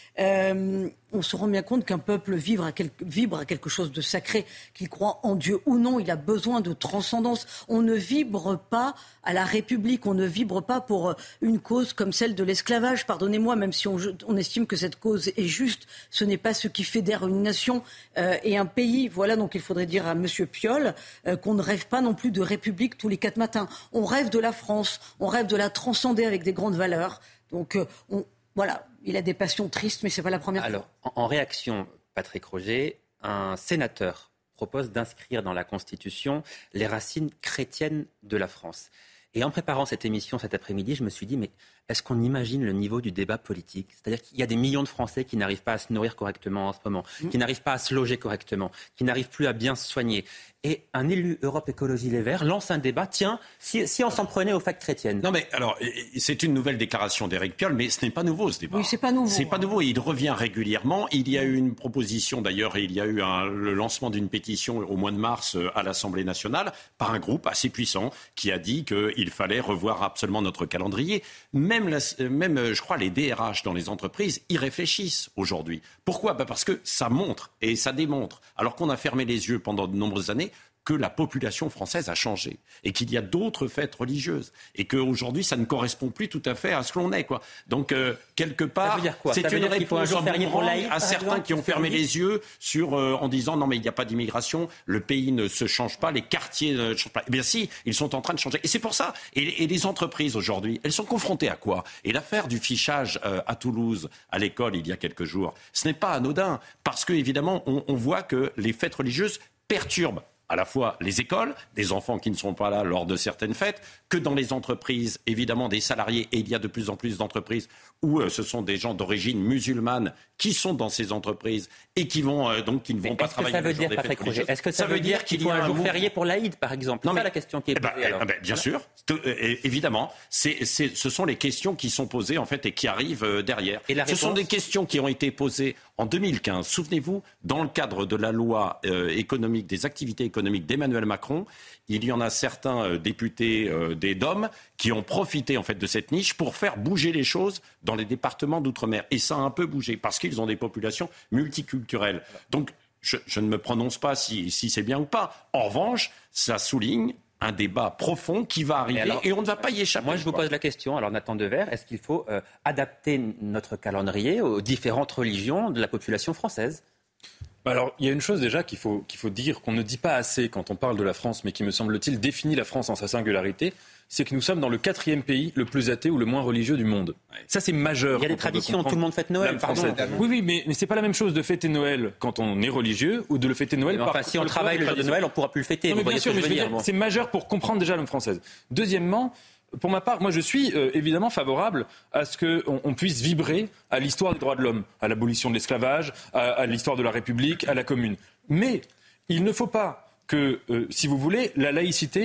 Euh, on se rend bien compte qu'un peuple vibre à, quelque, vibre à quelque chose de sacré, qu'il croit en Dieu ou non, il a besoin de transcendance. On ne vibre pas à la République, on ne vibre pas pour une cause comme celle de l'esclavage. Pardonnez-moi, même si on, on estime que cette cause est juste, ce n'est pas ce qui fédère une nation euh, et un pays. Voilà, donc il faudrait dire à Monsieur Piolle euh, qu'on ne rêve pas non plus de République tous les quatre matins. On rêve de la France, on rêve de la transcender avec des grandes valeurs. Donc euh, on... Voilà, il a des passions tristes, mais ce n'est pas la première Alors, fois. Alors, en, en réaction, Patrick Roger, un sénateur propose d'inscrire dans la Constitution les racines chrétiennes de la France. Et en préparant cette émission cet après-midi, je me suis dit, mais est-ce qu'on imagine le niveau du débat politique ? C'est-à-dire qu'il y a des millions de Français qui n'arrivent pas à se nourrir correctement en ce moment, mmh. qui n'arrivent pas à se loger correctement, qui n'arrivent plus à bien se soigner. Et un élu Europe Écologie Les Verts lance un débat, tiens, si, si on s'en prenait aux fêtes chrétiennes. Non mais alors, c'est une nouvelle déclaration d'Éric Piolle, mais ce n'est pas nouveau ce débat. Oui, c'est pas nouveau. C'est pas nouveau, il revient régulièrement. Il y a eu une proposition d'ailleurs, il y a eu un, le lancement d'une pétition au mois de mars à l'Assemblée nationale par un groupe assez puissant qui a dit qu'il fallait revoir absolument notre calendrier. Même, la, même, je crois, les D R H dans les entreprises y réfléchissent aujourd'hui. Pourquoi ? Bah parce que ça montre et ça démontre, alors qu'on a fermé les yeux pendant de nombreuses années, que la population française a changé et qu'il y a d'autres fêtes religieuses et qu'aujourd'hui ça ne correspond plus tout à fait à ce que l'on est, quoi. Donc euh, quelque part c'est une réponse en boomerang à certains qui ont fermé les yeux sur euh, en disant non mais il n'y a pas d'immigration, le pays ne se change pas, les quartiers ne changent pas. Eh bien si, ils sont en train de changer et c'est pour ça. Et, et les entreprises aujourd'hui, elles sont confrontées à quoi ? Et l'affaire du fichage euh, à Toulouse à l'école il y a quelques jours, ce n'est pas anodin parce que évidemment on, on voit que les fêtes religieuses perturbent à la fois les écoles, des enfants qui ne sont pas là lors de certaines fêtes, que dans les entreprises, évidemment, des salariés. Et il y a de plus en plus d'entreprises où euh, ce sont des gens d'origine musulmane qui sont dans ces entreprises et qui vont euh, donc qui ne vont Mais pas travailler le jour des fêtes religieuses. Est-ce que ça, ça veut dire qu'il, qu'il faut un jour férié pour l'Aïd, par exemple ? C'est ça la question qui est posée. Eh ben, alors. Eh ben, bien sûr, euh, évidemment. C'est, c'est, ce sont les questions qui sont posées en fait et qui arrivent euh, derrière. Et la ce sont des questions qui ont été posées en deux mille quinze. Souvenez-vous, dans le cadre de la loi euh, économique, des activités économiques d'Emmanuel Macron, il y en a certains euh, députés euh, des D O M qui ont profité en fait de cette niche pour faire bouger les choses dans les départements d'outre-mer. Et ça a un peu bougé parce qu'ils ont des populations multiculturelles. Donc je, je ne me prononce pas si, si c'est bien ou pas. En revanche, ça souligne un débat profond qui va arriver alors, et on ne va pas y échapper. Moi, je vous pose la question, alors Nathan Devers, est-ce qu'il faut euh, adapter notre calendrier aux différentes religions de la population française ? Alors, il y a une chose déjà qu'il faut, qu'il faut dire, qu'on ne dit pas assez quand on parle de la France, mais qui me semble-t-il définit la France en sa singularité, c'est que nous sommes dans le quatrième pays le plus athée ou le moins religieux du monde. Ça, c'est majeur. Il y a des traditions, tout le monde fête Noël, pardon. Oui, oui, mais, mais c'est pas la même chose de fêter Noël quand on est religieux ou de le fêter Noël mais par... Enfin, si on travaille le jour de Noël, on pourra plus le fêter. Non, mais bien sûr, mais je veux dire, c'est majeur pour comprendre déjà la langue française. Deuxièmement, pour ma part, moi je suis euh, évidemment favorable à ce qu'on on puisse vibrer à l'histoire des droits de l'homme, à l'abolition de l'esclavage, à, à l'histoire de la République, à la Commune. Mais il ne faut pas que, euh, si vous voulez, la laïcité,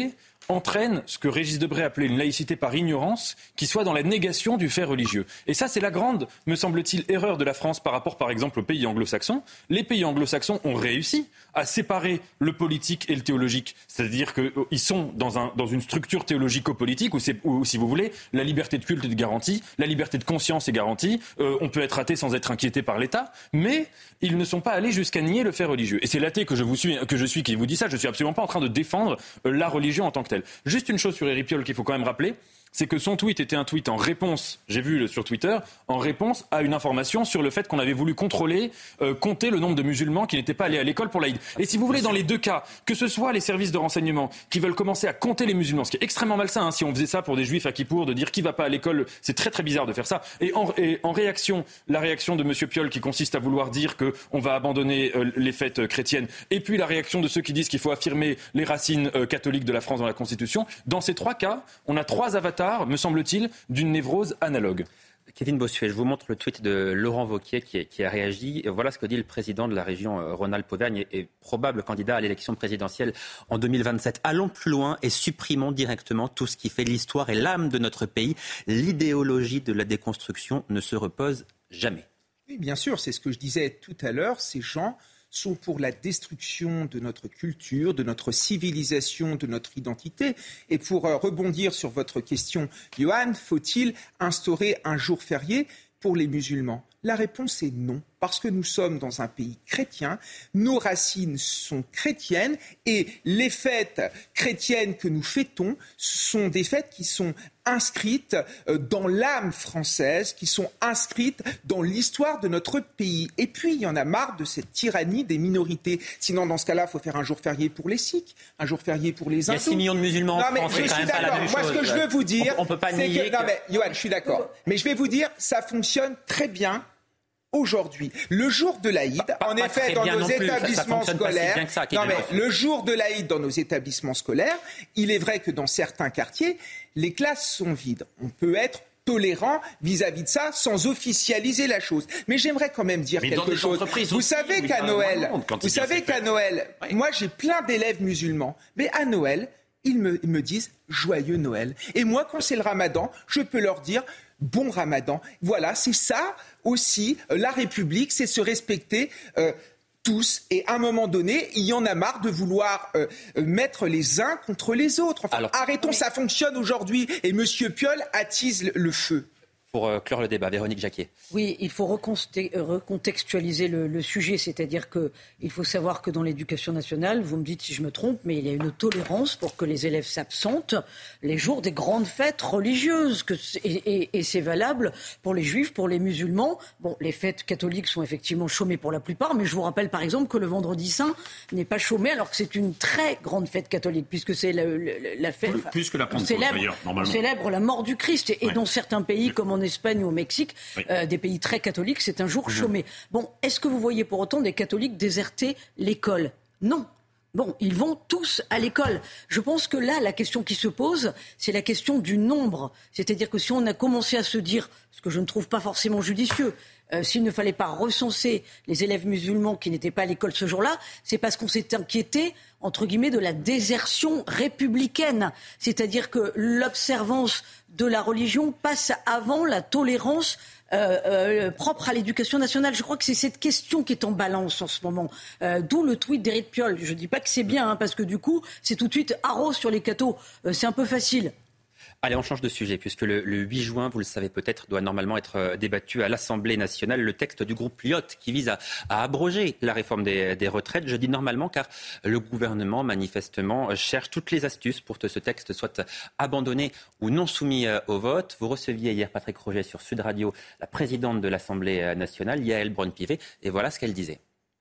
entraîne ce que Régis Debray appelait une laïcité par ignorance, qui soit dans la négation du fait religieux. Et ça, c'est la grande, me semble-t-il, erreur de la France par rapport, par exemple, aux pays anglo-saxons. Les pays anglo-saxons ont réussi à séparer le politique et le théologique. C'est-à-dire qu'ils sont dans, un, dans une structure théologico-politique où, c'est, où, si vous voulez, la liberté de culte est garantie, la liberté de conscience est garantie, euh, on peut être athée sans être inquiété par l'État, mais ils ne sont pas allés jusqu'à nier le fait religieux. Et c'est l'athée que je, vous suis, que je suis qui vous dit ça. Je ne suis absolument pas en train de défendre euh, la religion en tant que telle. Juste une chose sur Éric Piolle qu'il faut quand même rappeler, c'est que son tweet était un tweet en réponse, j'ai vu sur Twitter, en réponse à une information sur le fait qu'on avait voulu contrôler, euh, compter le nombre de musulmans qui n'étaient pas allés à l'école pour l'Aïd. Et si vous voulez, dans les deux cas, que ce soit les services de renseignement qui veulent commencer à compter les musulmans, ce qui est extrêmement malsain, hein, si on faisait ça pour des juifs à Kippour, de dire qui va pas à l'école, c'est très très bizarre de faire ça. Et en, et en réaction, la réaction de M. Piolle qui consiste à vouloir dire qu'on va abandonner euh, les fêtes euh, chrétiennes, et puis la réaction de ceux qui disent qu'il faut affirmer les racines euh, catholiques de la France dans la Constitution, dans ces trois cas, on a trois avatars, me semble-t-il, d'une névrose analogue. Kevin Bossuet, je vous montre le tweet de Laurent Wauquiez qui, qui a réagi. Voilà ce que dit le président de la région Rhône-Alpes-Auvergne et, et probable candidat à l'élection présidentielle en deux mille vingt-sept. Allons plus loin et supprimons directement tout ce qui fait l'histoire et l'âme de notre pays. L'idéologie de la déconstruction ne se repose jamais. Oui, bien sûr, c'est ce que je disais tout à l'heure. Ces gens sont pour la destruction de notre culture, de notre civilisation, de notre identité. Et pour euh, rebondir sur votre question, Johan, faut-il instaurer un jour férié pour les musulmans ? La réponse est non, parce que nous sommes dans un pays chrétien, nos racines sont chrétiennes et les fêtes chrétiennes que nous fêtons sont des fêtes qui sont inscrites dans l'âme française, qui sont inscrites dans l'histoire de notre pays. Et puis, il y en a marre de cette tyrannie des minorités. Sinon, dans ce cas-là, il faut faire un jour férié pour les Sikhs, un jour férié pour les hindous. Il y a six millions de musulmans en France, c'est quand même pas la même chose. Moi, ce que je veux vous dire, on, on peut pas c'est nier que... que... Non, mais, Johan, je suis d'accord. Mais je vais vous dire, ça fonctionne très bien aujourd'hui. Le jour de l'Aïd, pas, pas, en effet, dans nos établissements ça, ça scolaires, si ça, non mais le jour de l'Aïd dans nos établissements scolaires, il est vrai que dans certains quartiers, les classes sont vides. On peut être tolérant vis-à-vis de ça sans officialiser la chose. Mais j'aimerais quand même dire mais quelque chose. Vous aussi, savez qu'à Noël, vous savez qu'à Noël, oui. moi j'ai plein d'élèves musulmans, mais à Noël, ils me, ils me disent joyeux Noël. Et moi, quand c'est le Ramadan, je peux leur dire bon Ramadan. Voilà, c'est ça aussi, euh, la République, c'est se respecter euh, tous. Et à un moment donné, il y en a marre de vouloir euh, mettre les uns contre les autres. Enfin, Alors, arrêtons, oui. Ça fonctionne aujourd'hui. Et M. Piolle attise le, le feu. Pour euh, clore le débat, Véronique Jacquier. Oui, il faut recontextualiser le, le sujet, c'est-à-dire qu'il faut savoir que dans l'éducation nationale, vous me dites si je me trompe, mais il y a une tolérance pour que les élèves s'absentent les jours des grandes fêtes religieuses, que, et, et, et c'est valable pour les juifs, pour les musulmans. Bon, les fêtes catholiques sont effectivement chômées pour la plupart, mais je vous rappelle par exemple que le vendredi saint n'est pas chômé, alors que c'est une très grande fête catholique, puisque c'est la, la, la fête... Plus, plus que la Pentecôte, d'ailleurs, normalement. On célèbre la mort du Christ, et, ouais. et dans certains pays, comme en Espagne ou au Mexique, oui. euh, des pays très catholiques, c'est un jour chômé. Bon, est-ce que vous voyez pour autant des catholiques déserter l'école ? Non. Bon, ils vont tous à l'école. Je pense que là, la question qui se pose, c'est la question du nombre. C'est-à-dire que si on a commencé à se dire, ce que je ne trouve pas forcément judicieux, euh, s'il ne fallait pas recenser les élèves musulmans qui n'étaient pas à l'école ce jour-là, c'est parce qu'on s'est inquiété, entre guillemets, de la désertion républicaine. C'est-à-dire que l'observance de la religion passe avant la tolérance Euh, euh, propre à l'éducation nationale. Je crois que c'est cette question qui est en balance en ce moment. Euh, d'où le tweet d'Éric Piolle. Je ne dis pas que c'est bien, hein, parce que du coup, c'est tout de suite haro sur les cathos. Euh, c'est un peu facile. Allez, on change de sujet, puisque le, le huit juin, vous le savez peut-être, doit normalement être débattu à l'Assemblée nationale le texte du groupe Lyotte qui vise à, à abroger la réforme des, des retraites. Je dis normalement car le gouvernement, manifestement, cherche toutes les astuces pour que ce texte soit abandonné ou non soumis au vote. Vous receviez hier, Patrick Roget, sur Sud Radio, la présidente de l'Assemblée nationale, Yaël Braun-Pivet, et voilà ce qu'elle disait.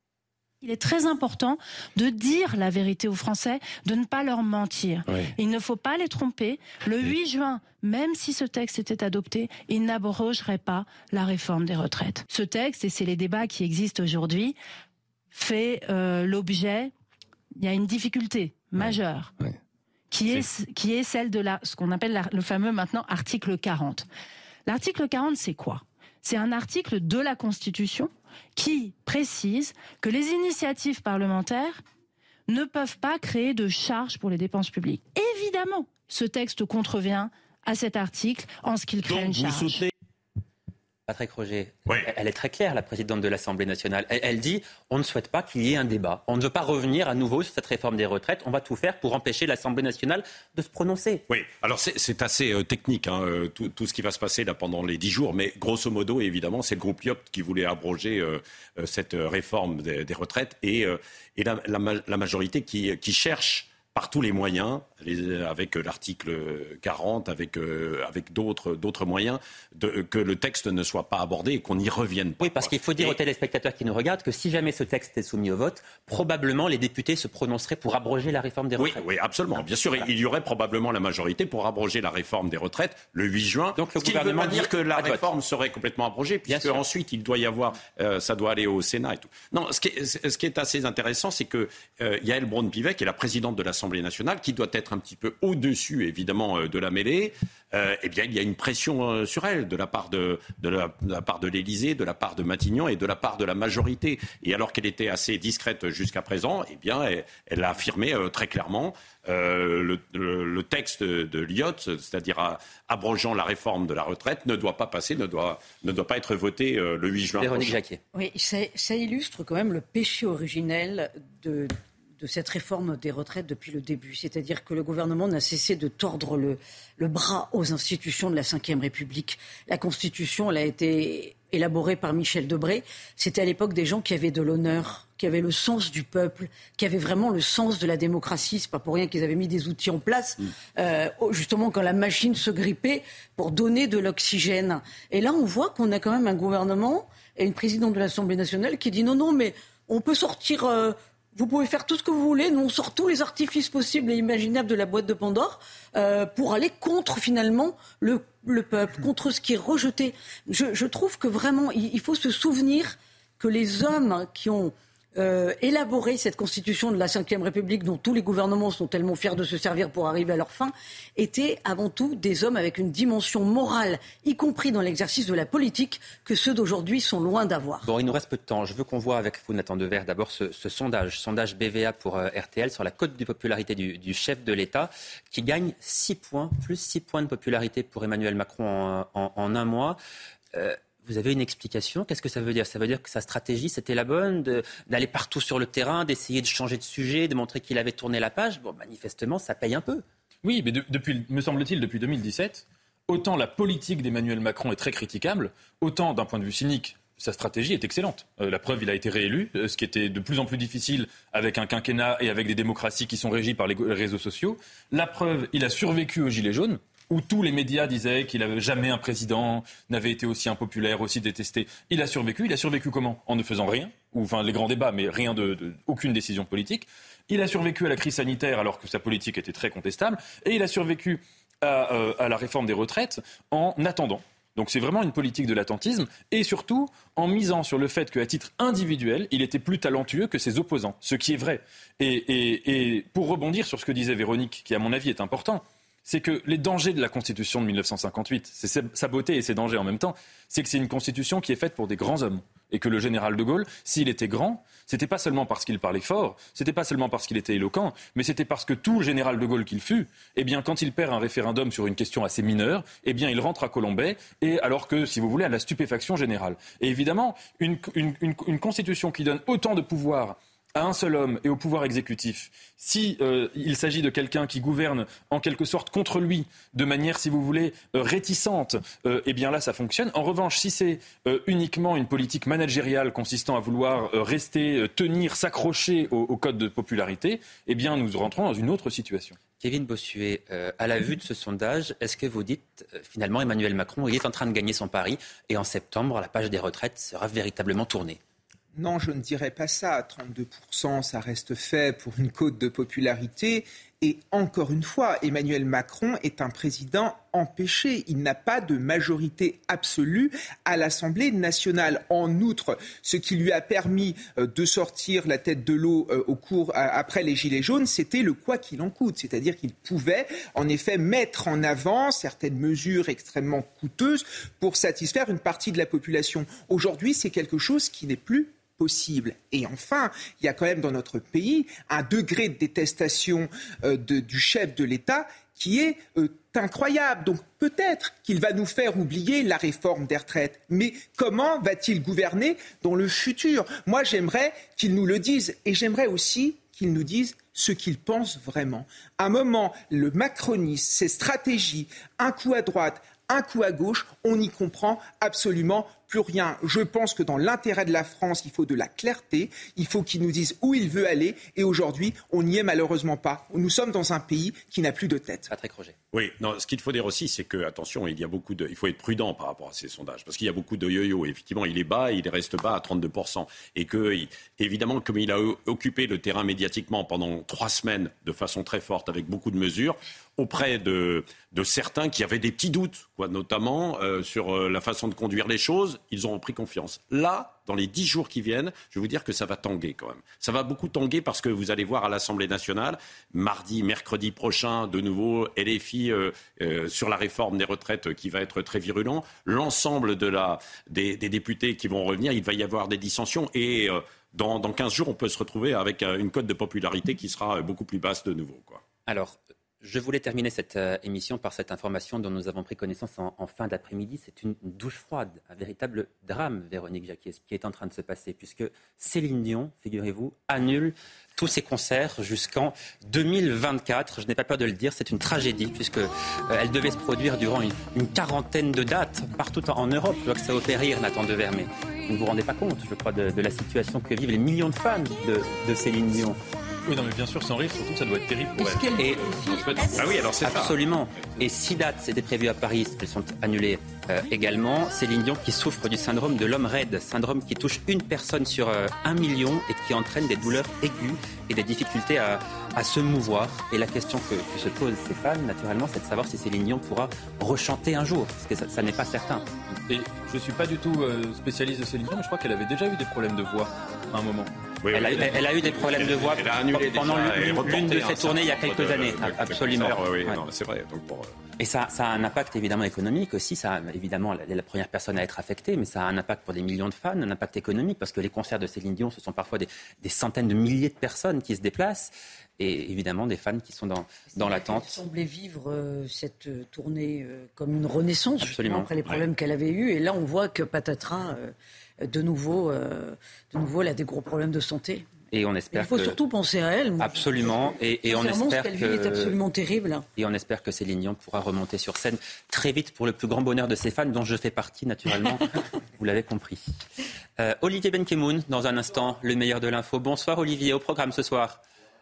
Il est très important de dire la vérité aux Français, de ne pas leur mentir. Oui. Il ne faut pas les tromper. Le huit juin, même si ce texte était adopté, il n'abrogerait pas la réforme des retraites. Ce texte, et c'est les débats qui existent aujourd'hui, fait euh, l'objet, il y a une difficulté majeure, oui. Oui. Qui, est, qui est celle de la, ce qu'on appelle la, le fameux maintenant article quarante. L'article quarante, c'est quoi ? C'est un article de la Constitution qui précise que les initiatives parlementaires ne peuvent pas créer de charges pour les dépenses publiques. Évidemment, évidemment, ce texte contrevient à cet article en ce qu'il crée une charge. Soutenez... Patrick Roger, oui. Elle est très claire, la présidente de l'Assemblée nationale. Elle, elle dit on ne souhaite pas qu'il y ait un débat. On ne veut pas revenir à nouveau sur cette réforme des retraites. On va tout faire pour empêcher l'Assemblée nationale de se prononcer. Oui, alors c'est, c'est assez euh, technique, hein, euh, tout, tout ce qui va se passer là pendant les dix jours. Mais grosso modo, évidemment, c'est le groupe Lyot qui voulait abroger euh, euh, cette réforme des, des retraites et, euh, et la, la, la majorité qui, qui cherche par tous les moyens, les, avec l'article quarante, avec, euh, avec d'autres, d'autres moyens, de, que le texte ne soit pas abordé et qu'on n'y revienne pas. Oui, parce qu'il faut dire et... aux téléspectateurs qui nous regardent que si jamais ce texte est soumis au vote, probablement les députés se prononceraient pour abroger la réforme des retraites. Oui, oui, absolument. Bien sûr, voilà. Il y aurait probablement la majorité pour abroger la réforme des retraites le huit juin. Donc le ce gouvernement qui ne veut pas dire que la réforme serait complètement abrogée, puisque ensuite il doit y avoir, euh, ça doit aller au Sénat et tout. Non, ce qui est, ce qui est assez intéressant, c'est que euh, Yaël Braun-Pivet, qui est la présidente de l'Assemblée nationale, qui doit être un petit peu au-dessus, évidemment, de la mêlée, euh, eh bien, il y a une pression euh, sur elle de la part de, de, la, de la part de l'Élysée, de la part de Matignon et de la part de la majorité. Et alors qu'elle était assez discrète jusqu'à présent, eh bien, elle, elle a affirmé euh, très clairement euh, le, le, le texte de Lyot, c'est-à-dire à, abrogeant la réforme de la retraite, ne doit pas passer, ne doit, ne doit pas être voté euh, le huit juin. Véronique Jacquier. Oui, ça, ça illustre quand même le péché originel de... de cette réforme des retraites depuis le début. C'est-à-dire que le gouvernement n'a cessé de tordre le, le bras aux institutions de la cinquième République. La Constitution, elle a été élaborée par Michel Debré. C'était à l'époque des gens qui avaient de l'honneur, qui avaient le sens du peuple, qui avaient vraiment le sens de la démocratie. C'est pas pour rien qu'ils avaient mis des outils en place, mmh. euh, justement quand la machine se grippait, pour donner de l'oxygène. Et là, on voit qu'on a quand même un gouvernement et une présidente de l'Assemblée nationale qui dit non, non, mais on peut sortir... Euh, Vous pouvez faire tout ce que vous voulez. Nous, on sort tous les artifices possibles et imaginables de la boîte de Pandore euh, pour aller contre, finalement, le, le peuple, contre ce qui est rejeté. Je, je trouve que vraiment, il, il faut se souvenir que les hommes qui ont euh, élaboré cette constitution de la cinquième République, dont tous les gouvernements sont tellement fiers de se servir pour arriver à leur fin, étaient avant tout des hommes avec une dimension morale, y compris dans l'exercice de la politique, que ceux d'aujourd'hui sont loin d'avoir. Bon, il nous reste peu de temps. Je veux qu'on voit avec vous, Nathan Devers, d'abord ce, ce sondage, sondage B V A pour euh, R T L sur la cote de popularité du, du chef de l'État, qui gagne six points, plus six points de popularité pour Emmanuel Macron en, en, en un mois. Euh, Vous avez une explication? Qu'est-ce que ça veut dire? Ça veut dire que sa stratégie, c'était la bonne, de, d'aller partout sur le terrain, d'essayer de changer de sujet, de montrer qu'il avait tourné la page. Bon, manifestement, ça paye un peu. Oui, mais de, depuis, me semble-t-il, depuis deux mille dix-sept, autant la politique d'Emmanuel Macron est très critiquable, autant d'un point de vue cynique, sa stratégie est excellente. Euh, la preuve, il a été réélu, euh, ce qui était de plus en plus difficile avec un quinquennat et avec des démocraties qui sont régies par les, les réseaux sociaux. La preuve, il a survécu aux Gilets jaunes, où tous les médias disaient qu'il n'avait jamais un président n'avait été aussi impopulaire, aussi détesté. Il a survécu. Il a survécu comment? En ne faisant rien, ou enfin les grands débats, mais rien de, de aucune décision politique. Il a survécu à la crise sanitaire alors que sa politique était très contestable, et il a survécu à, euh, à la réforme des retraites en attendant. Donc c'est vraiment une politique de l'attentisme, et surtout en misant sur le fait qu'à titre individuel, il était plus talentueux que ses opposants, ce qui est vrai. Et, et, et pour rebondir sur ce que disait Véronique, qui à mon avis est important, c'est que les dangers de la Constitution de mille neuf cent cinquante-huit, c'est sa beauté et ses dangers en même temps, c'est que c'est une Constitution qui est faite pour des grands hommes. Et que le général de Gaulle, s'il était grand, c'était pas seulement parce qu'il parlait fort, c'était pas seulement parce qu'il était éloquent, mais c'était parce que tout général de Gaulle qu'il fut, eh bien, quand il perd un référendum sur une question assez mineure, eh bien, il rentre à Colombey, et alors que, si vous voulez, à la stupéfaction générale. Et évidemment, une, une, une, une Constitution qui donne autant de pouvoir à un seul homme et au pouvoir exécutif, si euh, il s'agit de quelqu'un qui gouverne en quelque sorte contre lui, de manière, si vous voulez, euh, réticente, euh, eh bien là, ça fonctionne. En revanche, si c'est euh, uniquement une politique managériale consistant à vouloir euh, rester, euh, tenir, s'accrocher au, au code de popularité, eh bien, nous rentrons dans une autre situation. Kevin Bossuet, euh, à la vue de ce sondage, est-ce que vous dites, euh, finalement, Emmanuel Macron, il est en train de gagner son pari, et en septembre, la page des retraites sera véritablement tournée? Non, je ne dirais pas ça. trente-deux pour cent, ça reste faible pour une cote de popularité. Et encore une fois, Emmanuel Macron est un président empêché. Il n'a pas de majorité absolue à l'Assemblée nationale. En outre, ce qui lui a permis de sortir la tête de l'eau au cours, après les Gilets jaunes, c'était le quoi qu'il en coûte. C'est-à-dire qu'il pouvait, en effet, mettre en avant certaines mesures extrêmement coûteuses pour satisfaire une partie de la population. Aujourd'hui, c'est quelque chose qui n'est plus possible. Et enfin, il y a quand même dans notre pays un degré de détestation euh, de, du chef de l'État qui est euh, incroyable. Donc peut-être qu'il va nous faire oublier la réforme des retraites. Mais comment va-t-il gouverner dans le futur ? Moi, j'aimerais qu'il nous le dise. Et j'aimerais aussi qu'il nous dise ce qu'il pense vraiment. À un moment, le macronisme, ses stratégies, un coup à droite, un coup à gauche, on n'y comprend absolument plus rien. Je pense que dans l'intérêt de la France, il faut de la clarté, il faut qu'il nous dise où il veut aller, et aujourd'hui, on n'y est malheureusement pas. Nous sommes dans un pays qui n'a plus de tête. Patrick Roger. Oui, non, ce qu'il faut dire aussi, c'est que, attention, il y a beaucoup de, il faut être prudent par rapport à ces sondages, parce qu'il y a beaucoup de yo-yo. Effectivement, il est bas, il reste bas à trente-deux pour cent. Et que, évidemment, comme il a occupé le terrain médiatiquement pendant trois semaines de façon très forte, avec beaucoup de mesures, auprès de, de certains qui avaient des petits doutes, quoi, notamment euh, sur euh, la façon de conduire les choses, ils ont pris confiance. Là, dans les dix jours qui viennent, je vais vous dire que ça va tanguer quand même. Ça va beaucoup tanguer parce que vous allez voir à l'Assemblée nationale, mardi, mercredi prochain, de nouveau, L F I euh, euh, sur la réforme des retraites qui va être très virulent. L'ensemble de la, des, des députés qui vont revenir, il va y avoir des dissensions et euh, dans, dans quinze jours, on peut se retrouver avec euh, une cote de popularité qui sera beaucoup plus basse de nouveau, quoi. Alors, je voulais terminer cette euh, émission par cette information dont nous avons pris connaissance en, en fin d'après-midi. C'est une douche froide, un véritable drame, Véronique Jacquier, ce qui est en train de se passer, puisque Céline Dion, figurez-vous, annule tous ses concerts jusqu'en deux mille vingt-quatre. Je n'ai pas peur de le dire, c'est une tragédie, puisque euh, elle devait se produire durant une, une quarantaine de dates partout en, en Europe. Je vois que ça vous fait rire, Nathan Dever, mais vous ne vous rendez pas compte, je crois, de, de la situation que vivent les millions de fans de, de Céline Dion. Oui, non, mais bien sûr, sans rire, surtout, ça doit être terrible pour elle. Et, ah oui, alors c'est absolument. Ça. Et six dates c'était prévues à Paris, elles sont annulées euh, également. Céline Dion qui souffre du syndrome de l'homme raide, syndrome qui touche une personne sur euh, un million et qui entraîne des douleurs aiguës et des difficultés à, à se mouvoir. Et la question que, que se posent ces fans, naturellement, c'est de savoir si Céline Dion pourra rechanter un jour, parce que ça, ça n'est pas certain. Et je ne suis pas du tout euh, spécialiste de Céline Dion, mais je crois qu'elle avait déjà eu des problèmes de voix à un moment. Oui, elle, oui, a, elle a eu des problèmes de voix pendant l'une, l'une de ses tournées il y a quelques années, absolument. Oui, ouais. non, c'est vrai. Donc pour... Et ça, ça a un impact évidemment économique aussi. Ça, évidemment, elle est la première personne à être affectée, mais ça a un impact pour des millions de fans, un impact économique, parce que les concerts de Céline Dion, ce sont parfois des, des centaines de milliers de personnes qui se déplacent, et évidemment des fans qui sont dans, dans l'attente. Elle semblait vivre euh, cette tournée euh, comme une renaissance, absolument, après les problèmes ouais. qu'elle avait eus, et là on voit que patatras, euh, de nouveau, euh, de nouveau, elle a des gros problèmes de santé. Et on espère il faut que... surtout penser à elle. Absolument. Et, et on espère ce qu'elle que... vit est absolument terrible. Et on espère que Céline Dion pourra remonter sur scène très vite pour le plus grand bonheur de ses fans, dont je fais partie naturellement. Vous l'avez compris. Euh, Olivier Benkemoun, dans un instant, le meilleur de l'info. Bonsoir Olivier, au programme ce soir.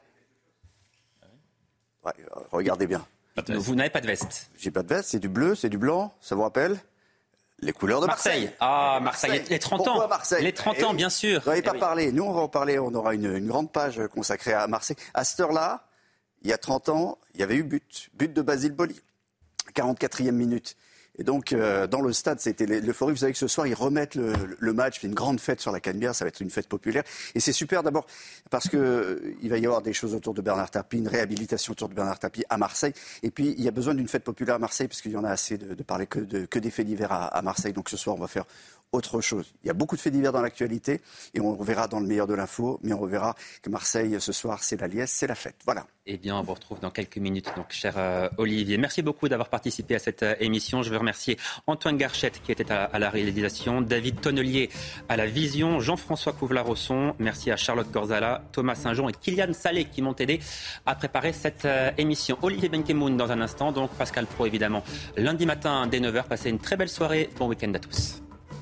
Ouais, regardez bien. Vous n'avez pas de veste. J'ai pas de veste, c'est du bleu, c'est du blanc, ça vous rappelle les couleurs de Marseille. Marseille. Ah, Marseille. Marseille. Les trente ans. Pourquoi Marseille ? Les trente ans, bien sûr. Vous n'avez pas eh parlé. Oui. Nous, on va en parler. On aura une, une grande page consacrée à Marseille. À cette heure-là, il y a trente ans, il y avait eu but. But de Basile Boli. quarante-quatrième minute. Et donc, euh, dans le stade, c'était l'euphorie. Vous savez que ce soir, ils remettent le, le match. C'est une grande fête sur la Canebière. Ça va être une fête populaire. Et c'est super d'abord parce que euh, il va y avoir des choses autour de Bernard Tapie, une réhabilitation autour de Bernard Tapie à Marseille. Et puis, il y a besoin d'une fête populaire à Marseille parce qu'il y en a assez de, de parler que, de, que des faits divers à, à Marseille. Donc, ce soir, on va faire autre chose. Il y a beaucoup de faits divers dans l'actualité et on verra dans le meilleur de l'info, mais on verra que Marseille, ce soir, c'est la liesse, c'est la fête. Voilà. Eh bien, on vous retrouve dans quelques minutes, donc, cher euh, Olivier. Merci beaucoup d'avoir participé à cette euh, émission. Je veux remercier Antoine Garchette qui était à, à la réalisation, David Tonnelier à la vision, Jean-François Couvlar au son. Merci à Charlotte Gorzala, Thomas Saint-Jean et Kylian Salé qui m'ont aidé à préparer cette euh, émission. Olivier Benkemoun dans un instant, donc Pascal Pro évidemment. Lundi matin dès neuf heures, passez une très belle soirée. Bon week-end à tous.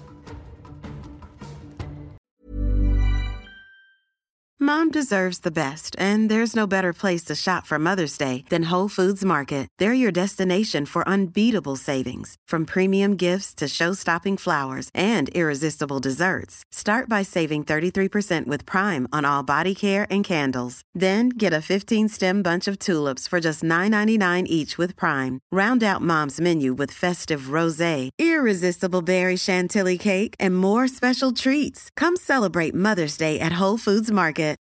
Mom deserves the best, and there's no better place to shop for Mother's Day than Whole Foods Market. They're your destination for unbeatable savings, from premium gifts to show-stopping flowers and irresistible desserts. Start by saving thirty-three percent with Prime on all body care and candles. Then get a fifteen-stem bunch of tulips for just nine ninety-nine each with Prime. Round out Mom's menu with festive rosé, irresistible berry chantilly cake, and more special treats. Come celebrate Mother's Day at Whole Foods Market.